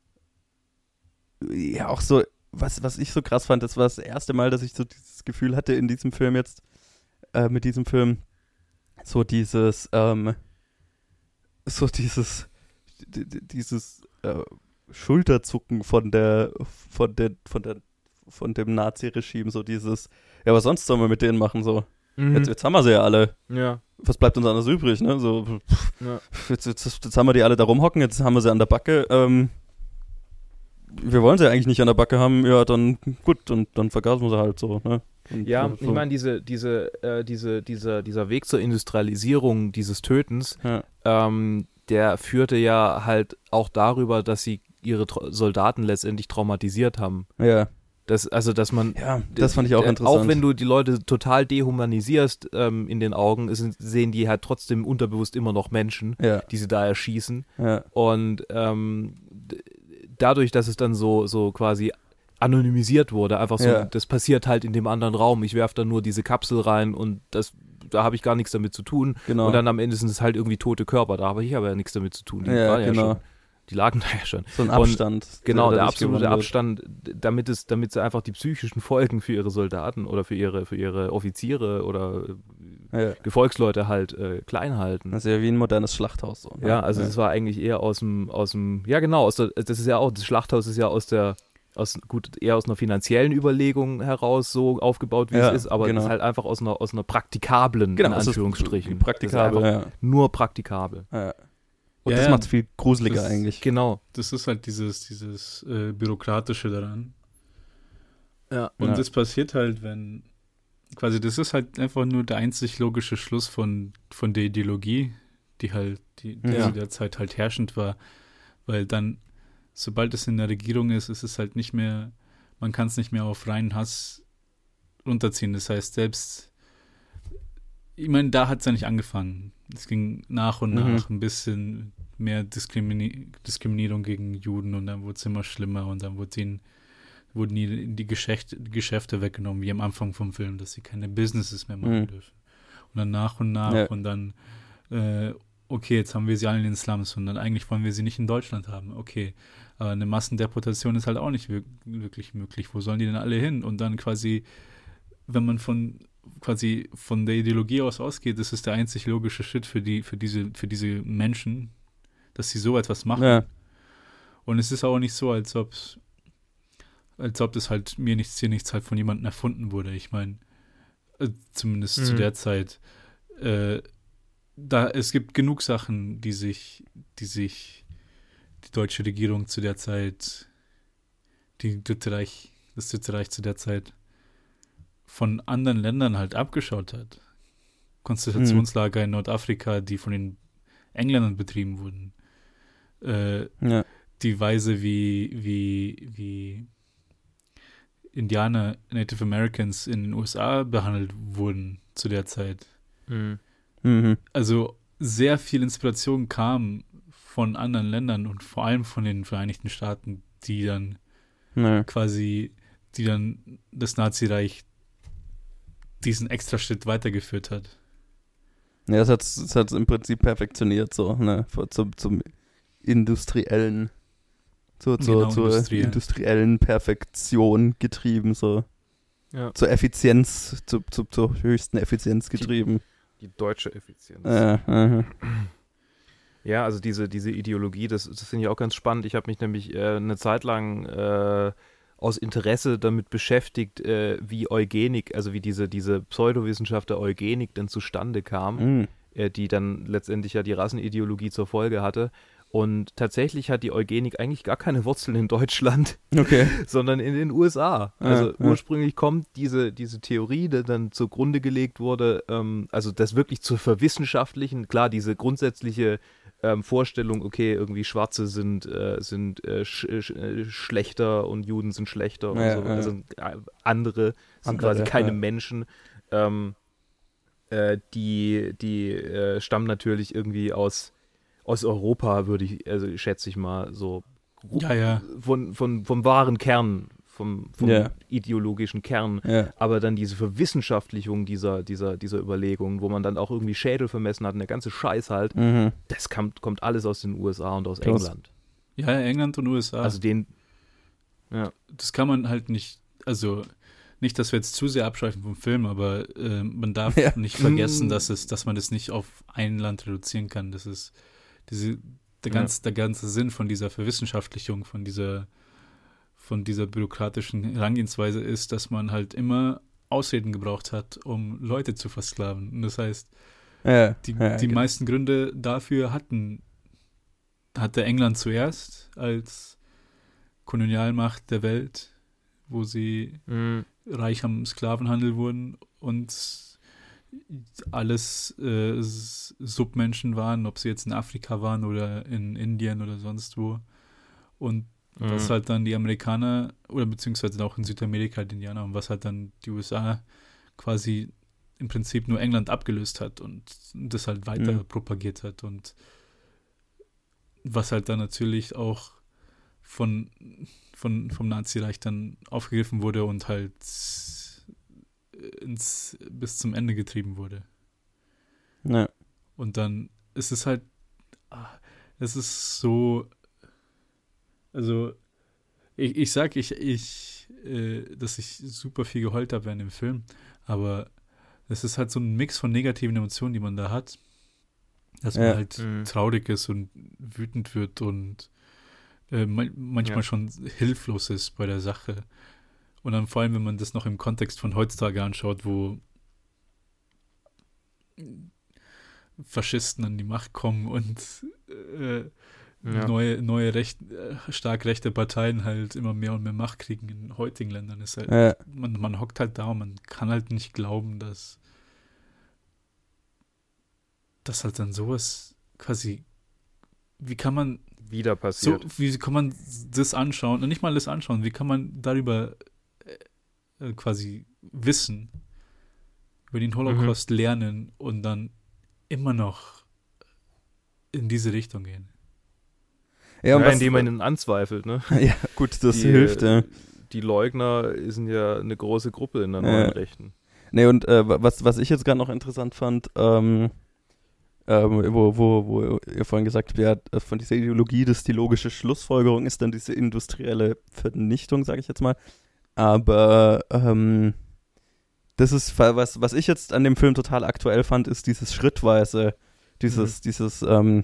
ja, auch so, was, was ich so krass fand, das war das erste Mal, dass ich so dieses Gefühl hatte in diesem Film jetzt, äh, mit diesem Film, so dieses, ähm, so dieses, d- d- dieses äh, Schulterzucken von der, von der, von der, von dem Nazi-Regime, so dieses, ja, was sonst sollen wir mit denen machen, so. Mhm. Jetzt, jetzt haben wir sie ja alle. Ja. Was bleibt uns anders übrig, ne? So, Ja. jetzt, jetzt, jetzt haben wir die alle da rumhocken, jetzt haben wir sie an der Backe. Ähm, wir wollen sie eigentlich nicht an der Backe haben, ja, dann gut, dann, dann vergasen wir sie halt so, ne? Und Ja, so, ich meine, diese, diese, äh, diese, dieser, dieser Weg zur Industrialisierung dieses Tötens, ja. ähm, der führte ja halt auch darüber, dass sie ihre Tra- Soldaten letztendlich traumatisiert haben. Ja, Das, also, dass man. ja, das fand ich auch äh, interessant. Auch wenn du die Leute total dehumanisierst ähm, in den Augen, ist, sehen die halt trotzdem unterbewusst immer noch Menschen, ja, die sie da erschießen. ja, Und ähm, d- dadurch, dass es dann so, so quasi anonymisiert wurde, einfach so, Ja. das passiert halt in dem anderen Raum. Ich werfe da nur diese Kapsel rein und das, da habe ich gar nichts damit zu tun. genau. Und dann am Ende sind es halt irgendwie tote Körper. Da habe ich aber ja nichts damit zu tun. Die Ja, waren ja genau. schon, die lagen da ja schon. So ein Und Abstand. Genau, der dadurch absolute gewonnen wird. Abstand, damit es, damit sie einfach die psychischen Folgen für ihre Soldaten oder für ihre, für ihre Offiziere oder Ja. Gefolgsleute halt äh, klein halten. Das ist ja wie ein modernes Schlachthaus. So, ne? Ja, also das war eigentlich eher aus dem, aus dem, ja genau, aus der, das ist ja auch, das Schlachthaus ist ja aus der, aus, gut, eher aus einer finanziellen Überlegung heraus so aufgebaut, wie Ja, es ist, aber genau. es ist halt einfach aus einer, aus einer praktikablen, Genau, in es ist Anführungsstrichen. praktikabel, Das ist einfach ja. nur praktikabel. ja. Und Ja, das ja. macht es viel gruseliger Das- eigentlich. Genau. Das ist halt dieses, dieses äh, Bürokratische daran. Ja. Und Ja. das passiert halt, wenn quasi, das ist halt einfach nur der einzig logische Schluss von, von der Ideologie, die halt, die, die Ja. zu der Zeit halt herrschend war. Weil dann, sobald es in der Regierung ist, ist es halt nicht mehr, man kann es nicht mehr auf reinen Hass runterziehen. Das heißt, selbst, ich meine, da hat es ja nicht angefangen. Es ging nach und Mhm. nach ein bisschen mehr Diskrimini Diskriminierung gegen Juden und dann wurde es immer schlimmer und dann wurde ihnen, wurden ihnen die Geschäfte, Geschäfte weggenommen, wie am Anfang vom Film, dass sie keine Businesses mehr machen Mhm. dürfen. Und dann nach und nach Ja. und dann, äh, okay, jetzt haben wir sie alle in den Slums und dann eigentlich wollen wir sie nicht in Deutschland haben. Okay, aber eine Massendeportation ist halt auch nicht wir wirklich möglich. Wo sollen die denn alle hin? Und dann quasi, wenn man von quasi von der Ideologie aus ausgeht, das ist der einzig logische Schritt für die, für diese, für diese Menschen, dass sie so etwas machen. Ja. Und es ist auch nicht so, als ob als ob das halt mir nichts hier nichts halt von jemandem erfunden wurde. Ich meine, äh, zumindest zu Mhm. der Zeit, äh, da es gibt genug Sachen, die sich, die sich die deutsche Regierung zu der Zeit, die Dritte Reich, das Dritte Reich zu der Zeit von anderen Ländern halt abgeschaut hat. Konzentrationslager in Nordafrika, die von den Engländern betrieben wurden. Äh, Ja. die Weise, wie, wie, wie Indianer, Native Americans in den U S A behandelt wurden zu der Zeit. Mhm. Mhm. Also sehr viel Inspiration kam von anderen Ländern und vor allem von den Vereinigten Staaten, die dann Ja. quasi, die dann das Nazireich diesen extra Schritt weitergeführt hat. Ja, das hat es hat's im Prinzip perfektioniert, so, ne? Vor- Zum, zum industriellen, zur, zur, Genau, zur industriell. industriellen Perfektion getrieben, so. Ja. Zur Effizienz, zu, zu, zur höchsten Effizienz getrieben. Die deutsche Effizienz. Äh, äh, Ja, also diese, diese Ideologie, das, das finde ich auch ganz spannend. Ich habe mich nämlich äh, eine Zeit lang äh, aus Interesse damit beschäftigt, äh, wie Eugenik, also wie diese, diese Pseudowissenschaft der Eugenik denn zustande kam, mh. äh, die dann letztendlich ja die Rassenideologie zur Folge hatte. Und tatsächlich hat die Eugenik eigentlich gar keine Wurzeln in Deutschland, Okay. sondern in den U S A. Ja, Also ja. ursprünglich kommt diese, diese Theorie, die dann zugrunde gelegt wurde, ähm, also das wirklich zu verwissenschaftlichen, klar, diese grundsätzliche ähm, Vorstellung, okay, irgendwie Schwarze sind, äh, sind äh, sch sch äh, schlechter und Juden sind schlechter und Ja, so, ja. also äh, andere sind Andere, quasi keine ja. Menschen, ähm, äh, die, die äh, stammen natürlich irgendwie aus aus Europa, würde ich, also schätze ich mal, so Ja, ja. von, von, vom wahren Kern vom, vom Ja. ideologischen Kern. Ja. Aber dann diese Verwissenschaftlichung dieser, dieser, dieser Überlegungen, wo man dann auch irgendwie Schädel vermessen hat und der ganze Scheiß halt, Mhm. das kommt, kommt alles aus den U S A und aus Krass. England. Ja, England und U S A. Also den, ja. Das kann man halt nicht, also nicht, dass wir jetzt zu sehr abschweifen vom Film, aber äh, man darf Ja. nicht vergessen, Mm. dass es, dass man das nicht auf ein Land reduzieren kann. Das ist diese, der, Ja. ganz, der ganze Sinn von dieser Verwissenschaftlichung, von dieser, von dieser bürokratischen Herangehensweise ist, dass man halt immer Ausreden gebraucht hat, um Leute zu versklaven. Und das heißt, Ja. die, ja, die genau. meisten Gründe dafür hatten, hatte England zuerst als Kolonialmacht der Welt, wo sie Mhm. reich am Sklavenhandel wurden und alles äh, S- Submenschen waren, ob sie jetzt in Afrika waren oder in Indien oder sonst wo. Und was Mhm. halt dann die Amerikaner oder beziehungsweise auch in Südamerika die Indianer und was halt dann die U S A quasi im Prinzip nur England abgelöst hat und das halt weiter Mhm. propagiert hat und was halt dann natürlich auch von, von vom Nazireich dann aufgegriffen wurde und halt ins bis zum Ende getrieben wurde. Ja. Und dann ist es halt, ah, es ist so, also ich, ich sag, ich, ich, äh, dass ich super viel geheult habe während dem Film, aber es ist halt so ein Mix von negativen Emotionen, die man da hat, dass man Ja. halt Mhm. traurig ist und wütend wird und äh, man, manchmal Ja. schon hilflos ist bei der Sache. Und dann vor allem, wenn man das noch im Kontext von heutzutage anschaut, wo Faschisten an die Macht kommen und äh, Ja. neue, neue recht, äh, stark rechte Parteien halt immer mehr und mehr Macht kriegen in heutigen Ländern. Ist halt, Ja. man, man hockt halt da und man kann halt nicht glauben, dass dass halt dann sowas quasi, wie kann man Wieder so, passiert. wie kann man das anschauen und nicht mal das anschauen, wie kann man darüber äh, quasi wissen, über den Holocaust Mhm. lernen und dann immer noch in diese Richtung gehen. Ja, und Ja, was, indem man ihn anzweifelt, ne? ja, gut, das die, hilft, ja. Die Leugner sind ja eine große Gruppe in der Ja. neuen Rechten. Nee, und äh, was, was ich jetzt gerade noch interessant fand, ähm, ähm, wo, wo, wo ihr vorhin gesagt habt, ja, äh, von dieser Ideologie, dass die logische Schlussfolgerung ist dann diese industrielle Vernichtung, sage ich jetzt mal. Aber ähm, das ist, was, was ich jetzt an dem Film total aktuell fand, ist dieses schrittweise, dieses, Mhm. dieses, ähm,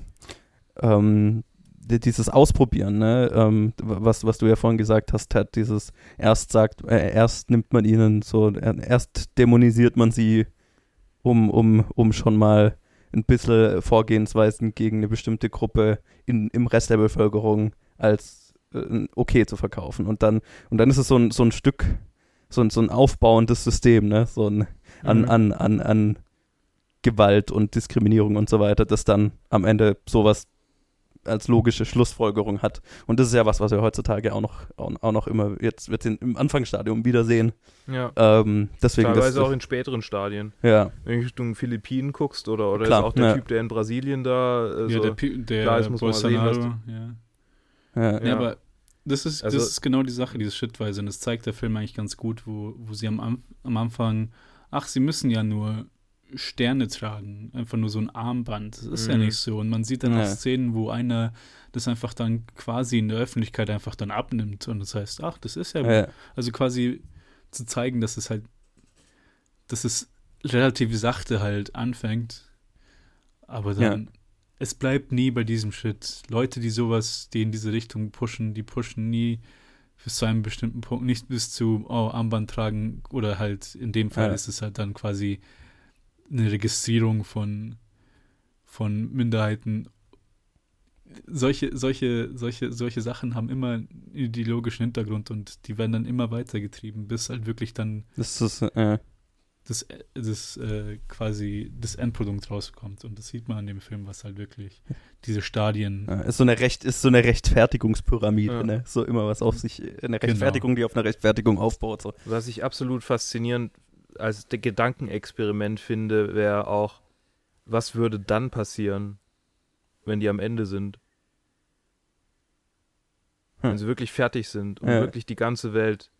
ähm, di- dieses Ausprobieren, ne? ähm, was, was du ja vorhin gesagt hast, Ted, dieses erst sagt, äh, erst nimmt man ihnen so, äh, erst dämonisiert man sie, um, um, um schon mal ein bisschen Vorgehensweisen gegen eine bestimmte Gruppe in, im Rest der Bevölkerung als äh, okay zu verkaufen. Und dann, und dann ist es so ein, so ein Stück, so ein, so ein aufbauendes System, ne? So ein an, Mhm. an, an, an Gewalt und Diskriminierung und so weiter, das dann am Ende sowas als logische Schlussfolgerung hat. Und das ist ja was, was wir heutzutage auch noch, auch, auch noch immer, jetzt wird es im Anfangsstadium wiedersehen. Ja. Ähm, deswegen Teilweise das, auch in späteren Stadien. ja, Wenn du Richtung Philippinen guckst oder, oder Klar, ist auch der ja. Typ, der in Brasilien da äh, ja, so, der, Pi- der klar, das muss man mal sehen, Bolsonaro, was ja. ja, Ja, Ja. aber das ist, Also- das ist genau die Sache, dieses Schrittweise. Und das zeigt der Film eigentlich ganz gut, wo, wo sie am, Am- am Anfang, ach, sie müssen ja nur Sterne tragen, einfach nur so ein Armband. Das ist ja Mhm. nicht so. Und man sieht dann Ja. auch Szenen, wo einer das einfach dann quasi in der Öffentlichkeit einfach dann abnimmt. Und das heißt, ach, das ist ja, ja, also quasi zu zeigen, dass es halt, dass es relativ sachte halt anfängt. Aber dann, es bleibt nie bei diesem Shit. Leute, die sowas, die in diese Richtung pushen, die pushen nie bis zu einem bestimmten Punkt, nicht bis zu, oh, Armband tragen oder halt, in dem Fall Ja. ist es halt dann quasi eine Registrierung von, von Minderheiten. Solche, solche, solche, solche Sachen haben immer einen ideologischen Hintergrund und die werden dann immer weitergetrieben, bis halt wirklich dann das ist, äh, das, das äh, quasi das Endprodukt rauskommt. Und das sieht man an dem Film, was halt wirklich diese Stadien. ja, ist so eine Recht, ist so eine Rechtfertigungspyramide, Ja. ne? So immer was auf sich, eine Genau. Rechtfertigung, die auf einer Rechtfertigung aufbaut. So. Was ich absolut faszinierend als de- Gedankenexperiment finde, wäre auch, was würde dann passieren, wenn die am Ende sind? Hm. Wenn sie wirklich fertig sind und Ja. wirklich die ganze Welt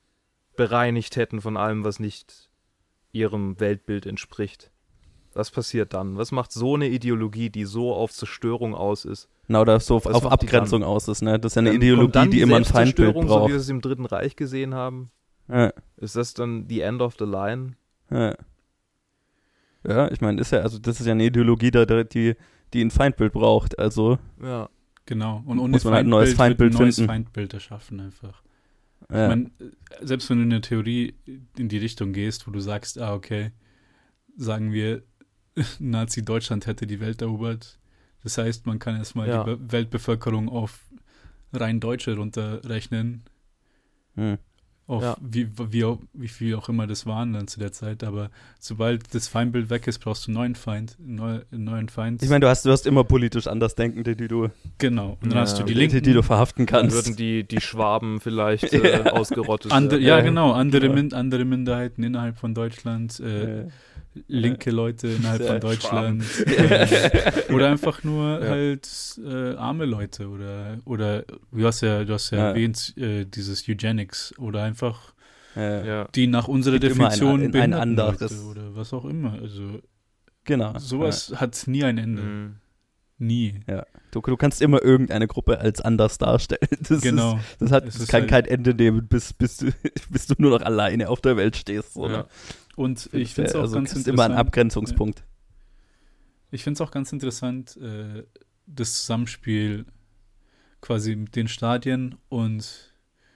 bereinigt hätten von allem, was nicht ihrem Weltbild entspricht. Was passiert dann? Was macht so eine Ideologie, die so auf Zerstörung aus ist? Genau, da so auf, Was auf macht die Abgrenzung dann? aus ist, ne? Das ist ja eine Dann Ideologie, kommt dann die immer ein Feindbild Selbstzerstörung, so wie braucht. wir es im Dritten Reich gesehen haben. Ja, Ist das dann the end of the line? ja. Ja, ich meine, ist ja, also das ist ja eine Ideologie, da- da- die, die ein Feindbild braucht, also Ja. Genau. Und ohne Muss man halt ein neues Feindbild Feindbild wird ein neues finden. Feindbild erschaffen einfach. ja. Ich meine, selbst wenn du in der Theorie in die Richtung gehst, wo du sagst, ah, okay, sagen wir, Nazi-Deutschland hätte die Welt erobert. Das heißt, man kann erstmal Ja. die Be- Weltbevölkerung auf rein Deutsche runterrechnen. Hm. Auf Ja. wie, wie, auch- wie viel auch immer das waren dann zu der Zeit. Aber sobald das Feindbild weg ist, brauchst du einen neuen Feind. Einen neu, einen neuen Feind. Ich meine, du hast, du hast immer politisch Andersdenkende, die du, genau. Und dann Ja. hast du die die, Linken. die du verhaften Dann kannst. würden die, die Schwaben vielleicht äh, Ja. ausgerottet Andere, werden. ja, Ja, genau. Andere, genau. Min andere Minderheiten innerhalb von Deutschland. Äh, Äh, linke Leute innerhalb Ja, von Deutschland äh, oder einfach nur Ja. halt äh, arme Leute oder oder du hast ja du hast ja, Ja. erwähnt äh, dieses Eugenics oder einfach äh, Ja. die nach unserer Gibt immer ein- Definition ein- ein behinderten anderes. Leute oder was auch immer, also Genau. sowas hat nie ein Ende, Mhm. nie, Ja. Du, du kannst immer irgendeine Gruppe als anders darstellen. Das genau. Ist, das hat Es das ist kann halt- kein Ende nehmen, bis, bis, du, bis du nur noch alleine auf der Welt stehst. Oder? Ja. Und ich finde es auch also, ganz das ist interessant. immer ein Abgrenzungspunkt. Ich finde es auch ganz interessant, äh, das Zusammenspiel quasi mit den Stadien und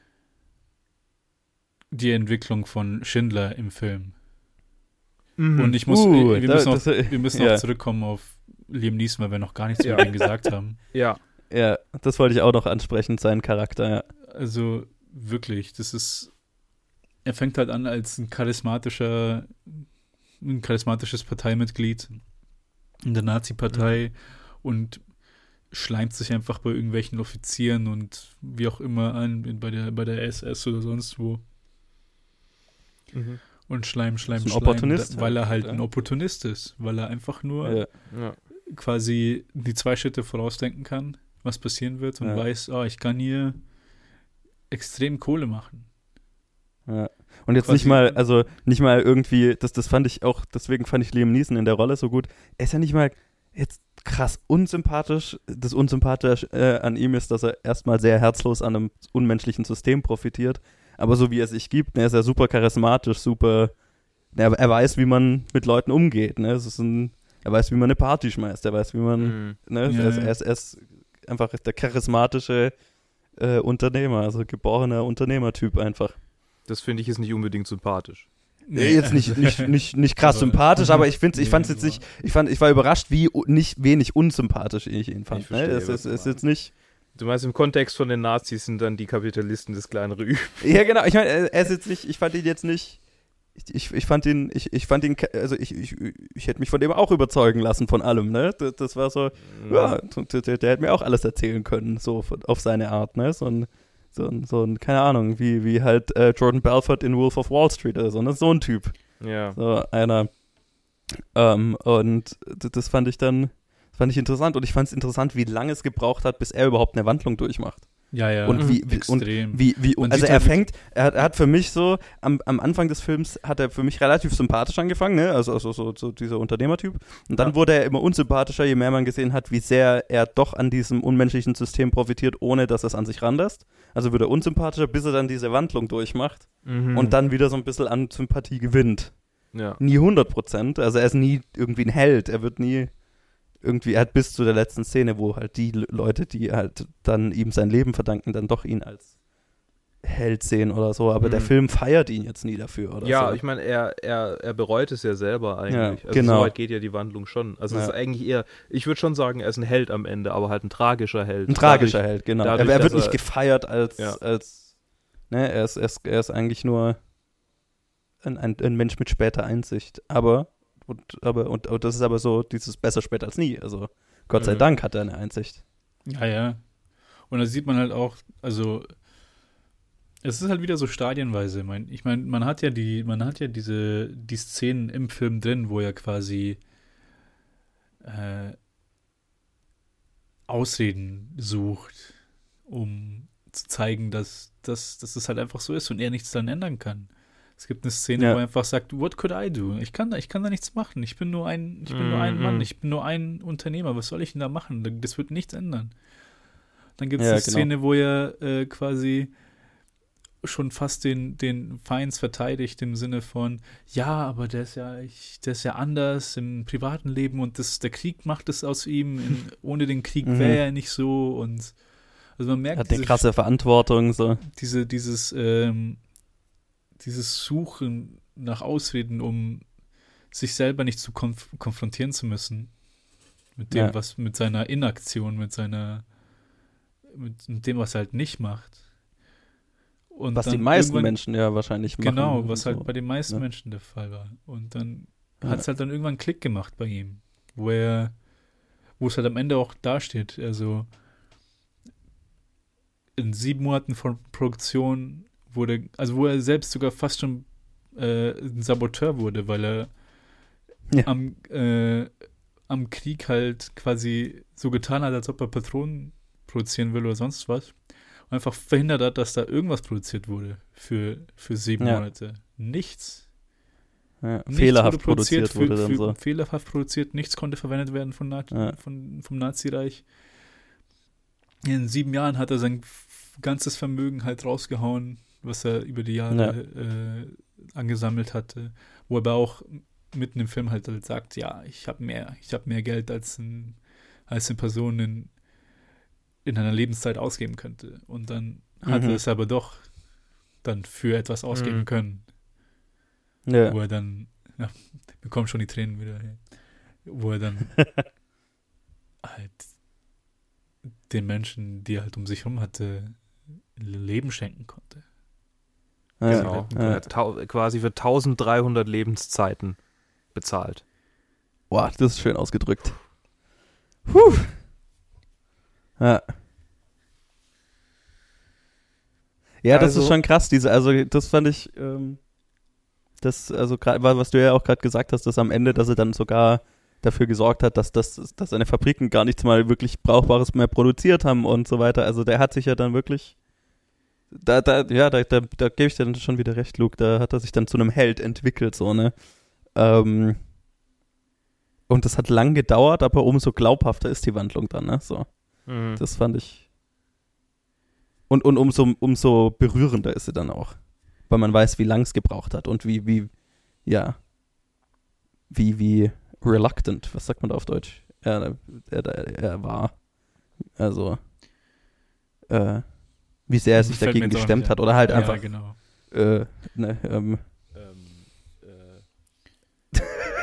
die Entwicklung von Schindler im Film. Mhm. Und ich muss, Uh, wir da- müssen, das- auch, wir müssen ja. auch zurückkommen auf Liam Neeson, weil wir noch gar nichts Ja. über ihn gesagt haben. Ja. Ja, das wollte ich auch noch ansprechen, seinen Charakter. Ja. Also wirklich, das ist, er fängt halt an als ein charismatischer, ein charismatisches Parteimitglied in der Nazi-Partei und schleimt sich einfach bei irgendwelchen Offizieren und wie auch immer an, in- bei der, bei der S S oder sonst wo. Mhm. Und Schleim, Schleim, Ist ein Schleim, Opportunist da, weil er halt, halt ja. ein Opportunist ist, weil er einfach nur Ja. Ja. quasi die zwei Schritte vorausdenken kann, was passieren wird und Ja. weiß, oh, ich kann hier extrem Kohle machen. Ja. Und jetzt Quasi- nicht mal, also nicht mal irgendwie, das, das fand ich auch, deswegen fand ich Liam Neeson in der Rolle so gut. Er ist ja nicht mal jetzt krass unsympathisch. Das Unsympathische äh, an ihm ist, dass er erstmal sehr herzlos an einem unmenschlichen System profitiert. Aber so wie er sich gibt, ne, ist er super charismatisch, super. Ne, er, er weiß, wie man mit Leuten umgeht. Ne? Es ist ein, er weiß, wie man eine Party schmeißt. Er weiß, wie man. Mhm. Ne, Ja, er, ist, ja. er, ist, er ist einfach der charismatische äh, Unternehmer, also geborener Unternehmertyp einfach. Das finde ich ist nicht unbedingt sympathisch. Nee, jetzt nicht, nicht, nicht, nicht krass Aber- sympathisch, aber ich finde, ich Nee, fand es jetzt aber- nicht, ich fand, ich war überrascht, wie u- nicht wenig unsympathisch ich ihn fand. Ich Ne? verstehe, Es was ist, du ist meinst. jetzt nicht. Du meinst, im Kontext von den Nazis sind dann die Kapitalisten das kleinere Übel. Ja, genau, ich meine, er er ist jetzt nicht, ich fand ihn jetzt nicht. Ich, ich, ich fand ihn, ich, ich fand ihn, also ich, ich, ich hätte mich von dem auch überzeugen lassen von allem, ne? Das, das war so, ja, der, der, der hätte mir auch alles erzählen können, so von- auf seine Art, ne? So ein, so ein, so ein keine Ahnung, wie, wie halt äh, Jordan Belfort in Wolf of Wall Street oder so, ne? So ein Typ. Ja. So einer. Ähm, und d- das fand ich dann, das fand ich interessant und ich fand es interessant, wie lange es gebraucht hat, bis er überhaupt eine Wandlung durchmacht. Ja, ja, Und wie, wie, und extrem. wie, wie, Man also sieht er halt fängt, er hat, er hat für mich so, am, am Anfang des Films hat er für mich relativ sympathisch angefangen, ne? Also, also so, so dieser Unternehmertyp. Und dann Ja. wurde er immer unsympathischer, je mehr man gesehen hat, wie sehr er doch an diesem unmenschlichen System profitiert, ohne dass er es an sich ranlässt. Also wird er unsympathischer, bis er dann diese Wandlung durchmacht Mhm. und dann wieder so ein bisschen an Sympathie gewinnt. Ja. Nie hundert Prozent, also er ist nie irgendwie ein Held, er wird nie irgendwie, er hat bis zu der letzten Szene, wo halt die Le- Leute, die halt dann ihm sein Leben verdanken, dann doch ihn als Held sehen oder so, aber Mhm. der Film feiert ihn jetzt nie dafür oder Ja, so. ich meine, er, er, er bereut es ja selber eigentlich. Ja, also genau. so weit geht ja die Wandlung schon. Also es Ja. ist eigentlich eher, ich würde schon sagen, er ist ein Held am Ende, aber halt ein tragischer Held. Ein tragischer Dadurch- Held, genau. dadurch, er, er wird dass nicht er- gefeiert als, Ja. als ne, er ist, er, ist, er ist eigentlich nur ein, ein, ein Mensch mit später Einsicht, aber und, aber und, und das ist aber so dieses besser später als nie, also Gott sei Mhm. Dank hat er eine Einsicht. Ja, ja. Und da sieht man halt auch, also es ist halt wieder so stadienweise. Ich meine, ich mein, man hat ja die, man hat ja diese, die Szenen im Film drin, wo er quasi äh, Ausreden sucht, um zu zeigen, dass dass, dass das halt einfach so ist und er nichts daran ändern kann. Es gibt eine Szene, Ja. wo er einfach sagt, what could I do? Ich kann da, ich kann da nichts machen. Ich bin nur ein, ich bin nur ein Mhm. Mann, ich bin nur ein Unternehmer. Was soll ich denn da machen? Das wird nichts ändern. Dann gibt es Ja, eine genau. Szene, wo er äh, quasi schon fast den, den Feinds verteidigt im Sinne von, ja, aber der ist ja, ich, der ist ja anders im privaten Leben und das, der Krieg macht es aus ihm. In, ohne den Krieg Mhm. wäre er nicht so und also man merkt Hat eine diese, krasse Verantwortung, so. diese, dieses, ähm, dieses Suchen nach Ausreden, um sich selber nicht zu konf- konfrontieren zu müssen. Mit dem, Ja. was, mit seiner Inaktion, mit seiner, mit, mit dem, was er halt nicht macht. Und Was die dann meisten irgendwann- Menschen ja wahrscheinlich machen. Genau, was so. halt bei den meisten Ja. Menschen der Fall war. Und dann Ja. hat es halt dann irgendwann einen Klick gemacht bei ihm, wo er, wo es halt am Ende auch dasteht, also in sieben Monaten von Produktion wurde, also wo er selbst sogar fast schon äh, ein Saboteur wurde, weil er Ja. am, äh, am Krieg halt quasi so getan hat, als ob er Patronen produzieren will oder sonst was. Und einfach verhindert hat, dass da irgendwas produziert wurde für, für sieben Ja. Monate. Nichts. Ja. Nichts Fehlerhaft wurde produziert, produziert wurde für, dann für, so. Fehlerhaft produziert, nichts konnte verwendet werden von Na- Ja. von, vom Nazireich. In sieben Jahren hat er sein f- ganzes Vermögen halt rausgehauen, was er über die Jahre äh, angesammelt hatte. Wo er aber auch mitten im Film halt, halt sagt, ja, ich habe mehr, ich habe mehr Geld als, ein, als eine Person in, in einer Lebenszeit ausgeben könnte. Und dann hat Mhm. er es aber doch dann für etwas ausgeben Mhm. können. Ja. Wo er dann, ja, mir kommen schon die Tränen wieder her, wo er dann halt den Menschen, die er halt um sich herum hatte, Leben schenken konnte. Ja. Genau. Ja. Er hat tau- quasi für dreizehnhundert Lebenszeiten bezahlt. Boah, das ist schön ausgedrückt. Puh. Ja. Ja, das Also- ist schon krass, diese, also das fand ich, ähm, das, also gerade, was du ja auch gerade gesagt hast, dass am Ende, dass er dann sogar dafür gesorgt hat, dass, das, dass seine Fabriken gar nichts mal wirklich Brauchbares mehr produziert haben und so weiter. Also der hat sich ja dann wirklich, da, da, ja, da, da, da gebe ich dir dann schon wieder recht, Luke, da hat er sich dann zu einem Held entwickelt, so, ne? Ähm, und das hat lang gedauert, aber umso glaubhafter ist die Wandlung dann, ne? So, Mhm. das fand ich. Und, und umso, umso berührender ist sie dann auch. Weil man weiß, wie lang es gebraucht hat und wie, wie, ja, wie, wie reluctant, was sagt man da auf Deutsch? Er, er, er, er war. Also, äh, wie sehr er sich Fällt mir dagegen jetzt auch gestemmt nicht hat ein. oder halt Ja, einfach, genau. äh, ne, ähm, Ähm, äh,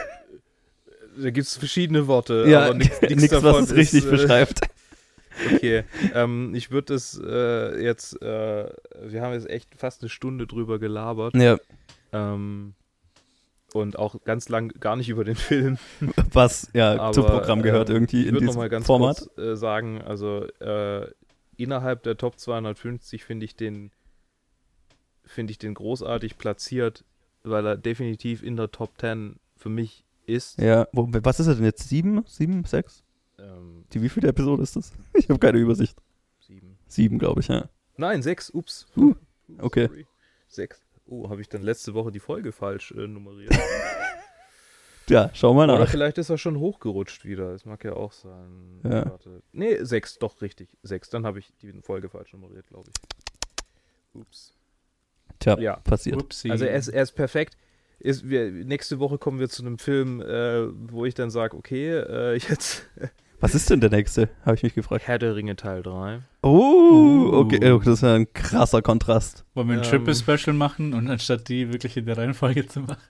da gibt es verschiedene Worte, ja, aber nichts nichts, was davon es richtig ist, äh, beschreibt. Okay, ähm, ich würde es äh, jetzt, äh, wir haben jetzt echt fast eine Stunde drüber gelabert Ja, ähm, und auch ganz lang gar nicht über den Film. was ja Aber, zum Programm gehört ähm, irgendwie ich in würd noch diesem mal ganz Format. kurz äh, sagen, also äh, innerhalb der Top zweihundertfünfzig finde ich den finde ich den großartig platziert, weil er definitiv in der Top zehn für mich ist. Ja, wo, was ist er denn jetzt? Sieben? Sieben? Sechs? Ähm, Die wievielte Episode ist das? Ich habe keine Übersicht. sieben. Sieben, glaube ich, ja. Nein, sechs, ups. Uh, okay. Sorry. Sechs. Oh, habe ich dann letzte Woche die Folge falsch äh, nummeriert? Ja, schau mal Oder nach. vielleicht ist er schon hochgerutscht wieder. Das mag ja auch sein. Ja. Warte. Nee, sechs, doch richtig. Sechs. Dann habe ich die Folge falsch nummeriert, glaube ich. Ups. Tja, Ja. passiert. Upsi. Also er ist, er ist perfekt. Ist, wir, nächste Woche kommen wir zu einem Film, äh, wo ich dann sage, okay, äh, jetzt Was ist denn der nächste? Habe ich mich gefragt. Herr der Ringe Teil drei. Oh, okay, Uh. oh, das ist ja ein krasser Kontrast. Wollen wir ein Ähm, Triple-Special machen und anstatt die wirklich in der Reihenfolge zu machen?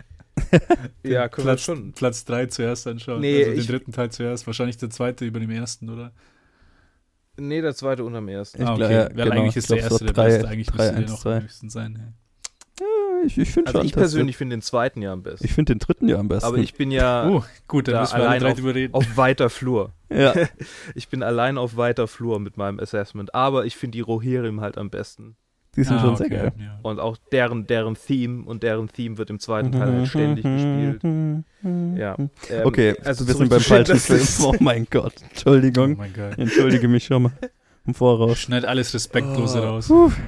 Ja, den können Platz, wir schon. Platz drei zuerst anschauen. Nee, also ich- den dritten Teil zuerst. Wahrscheinlich der zweite über dem ersten, oder? Nee, der zweite unterm ersten. Ich ah, glaub, okay. ja, Weil genau. eigentlich ist Ich glaub, der so erste der drei- beste. Eigentlich drei, müsste der eins, noch zwei. am höchsten sein. Ja. Ja, ich ich finde Also schon. ich dass persönlich finde den zweiten ja am besten. der- Ich finde den dritten ja am besten. Aber ich bin ja Oh, gut, dann da müssen wir alle allein drei auf- drüber reden. auf weiter Flur. ja, Ich bin allein auf weiter Flur mit meinem Assessment. Aber ich finde die Rohirrim halt am besten. die sind Ah, schon okay, sehr geil. Ja. Und auch deren, deren Theme. Und deren Theme wird im zweiten Teil halt ständig gespielt. Ja. Ähm, Okay, also wir sind beim zurück zu falschen Schindlers Film. Liste. Oh mein Gott, Oh Entschuldigung. mein Gott. Entschuldige mich schon mal im Voraus. Schneid alles Respektlose Oh. raus. Puh. Meine Güte.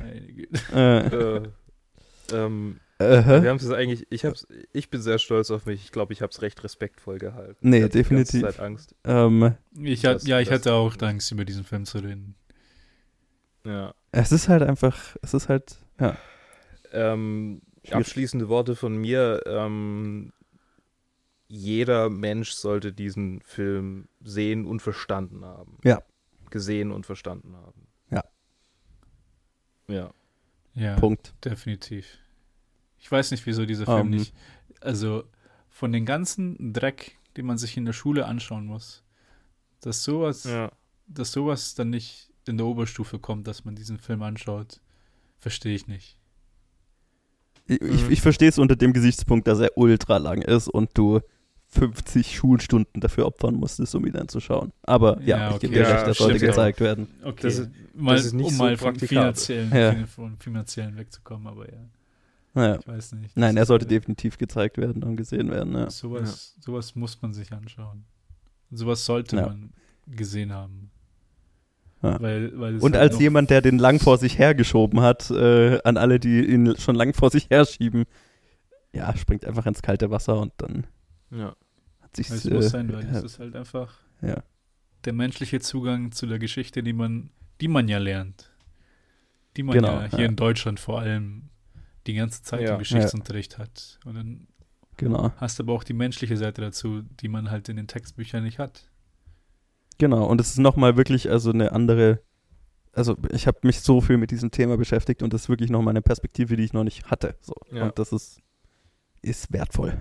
Äh, Äh, ähm, äh, wir haben es eigentlich, ich hab's, ich bin sehr stolz auf mich. Ich glaube, ich habe es recht respektvoll gehalten. Nee, Ich hatte die ganze definitiv. Zeit Angst. ähm, Ich Das- hat, ja, ich das- hatte auch Angst, über diesen Film zu reden. Ja. es ist halt einfach, es ist halt, ja. Ähm, Schwierig. abschließende Worte von mir. Ähm, jeder Mensch sollte diesen Film sehen und verstanden haben. Ja. Gesehen und verstanden haben. Ja. Ja. Ja, Punkt. definitiv. Ich weiß nicht, wieso dieser Film Ähm. nicht. Also von den ganzen Dreck, den man sich in der Schule anschauen muss, dass sowas, Ja. dass sowas dann nicht in der Oberstufe kommt, dass man diesen Film anschaut, verstehe ich nicht. Ich, ich, Mhm. ich verstehe es unter dem Gesichtspunkt, dass er ultra lang ist und du fünfzig Schulstunden dafür opfern musstest, um ihn anzuschauen. Aber ja, Ja, ich gebe okay. dir Ja, recht, das sollte stimmt. gezeigt werden. Okay, Das ist- mal, das ist nicht um so mal vom praktikabel. finanziellen, Ja. vom finanziellen wegzukommen, aber ja, Naja. ich weiß nicht. Nein, Das er sollte ist, definitiv gezeigt werden und gesehen werden. Ja. Sowas, sowas muss man sich anschauen. Sowas sollte Ja. man gesehen haben. Ja. Weil, weil es Und halt als noch- jemand, der den lang vor sich hergeschoben hat, äh, an alle, die ihn schon lang vor sich herschieben, ja, springt einfach ins kalte Wasser und dann Ja. hat sich Es muss sein, weil es ist halt einfach ja. der menschliche Zugang zu der Geschichte, die man, die man ja lernt. Die man Genau, ja hier ja. in Deutschland vor allem die ganze Zeit Ja. im Geschichtsunterricht hat. Und dann Genau, hast du aber auch die menschliche Seite dazu, die man halt in den Textbüchern nicht hat. genau. Und es ist nochmal wirklich also eine andere, also ich habe mich so viel mit diesem Thema beschäftigt und das ist wirklich nochmal eine Perspektive, die ich noch nicht hatte. So. Ja. Und das ist, ist wertvoll.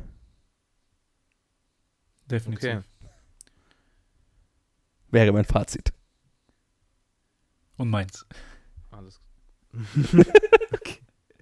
Definitiv. Okay. Wäre mein Fazit. Und meins. Alles. Okay.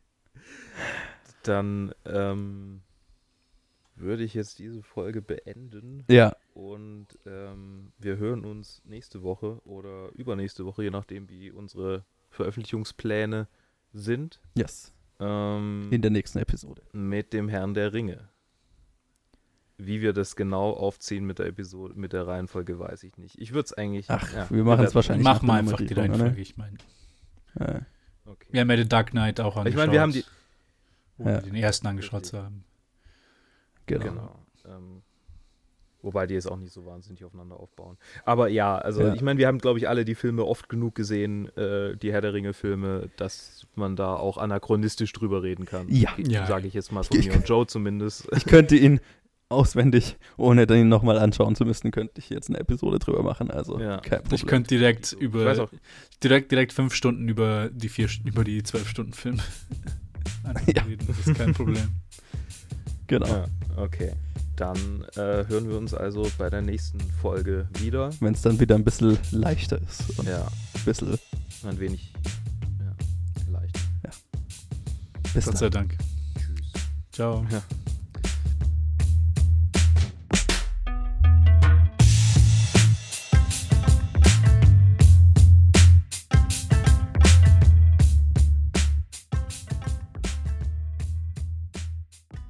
Dann ähm, würde ich jetzt diese Folge beenden Ja, und ähm, wir hören uns nächste Woche oder übernächste Woche, je nachdem, wie unsere Veröffentlichungspläne sind, yes. ähm, In der nächsten Episode. mit dem Herrn der Ringe. Wie wir das genau aufziehen mit der Episode, mit der Reihenfolge, weiß ich nicht. Ich würde es eigentlich. Ach, ja, wir machen es werden- wahrscheinlich. Machen wir nach der einfach die Nummerierung, Reihenfolge, ich meine. oder? Okay. Wir haben ja den Dark Knight auch angeschaut. Ich meine, wir haben die. Ohne Ja. den ersten angeschaut zu haben. Ja, genau. Genau. Ähm, wobei die jetzt auch nicht so wahnsinnig aufeinander aufbauen. Aber ja, also Ja. ich meine, wir haben, glaube ich, alle die Filme oft genug gesehen, äh, die Herr der Ringe-Filme, dass man da auch anachronistisch drüber reden kann. Ja. Ja. Sage ich jetzt mal von Ich- mir und Joe zumindest. Ich könnte ihn auswendig, ohne ihn nochmal anschauen zu müssen, könnte ich jetzt eine Episode drüber machen. Also Ja. kein Problem. Ich könnte direkt Ich über weiß auch. direkt, direkt fünf Stunden über die vier über die zwölf Stunden Film reden. Das ist kein Problem. Genau. Ja, okay. Dann äh, hören wir uns also bei der nächsten Folge wieder. Wenn es dann wieder ein bisschen leichter ist. Und Ja, ein bisschen. ein wenig ja, leicht. Bis Gott dann. sei Dank. Tschüss. Ciao. Ja.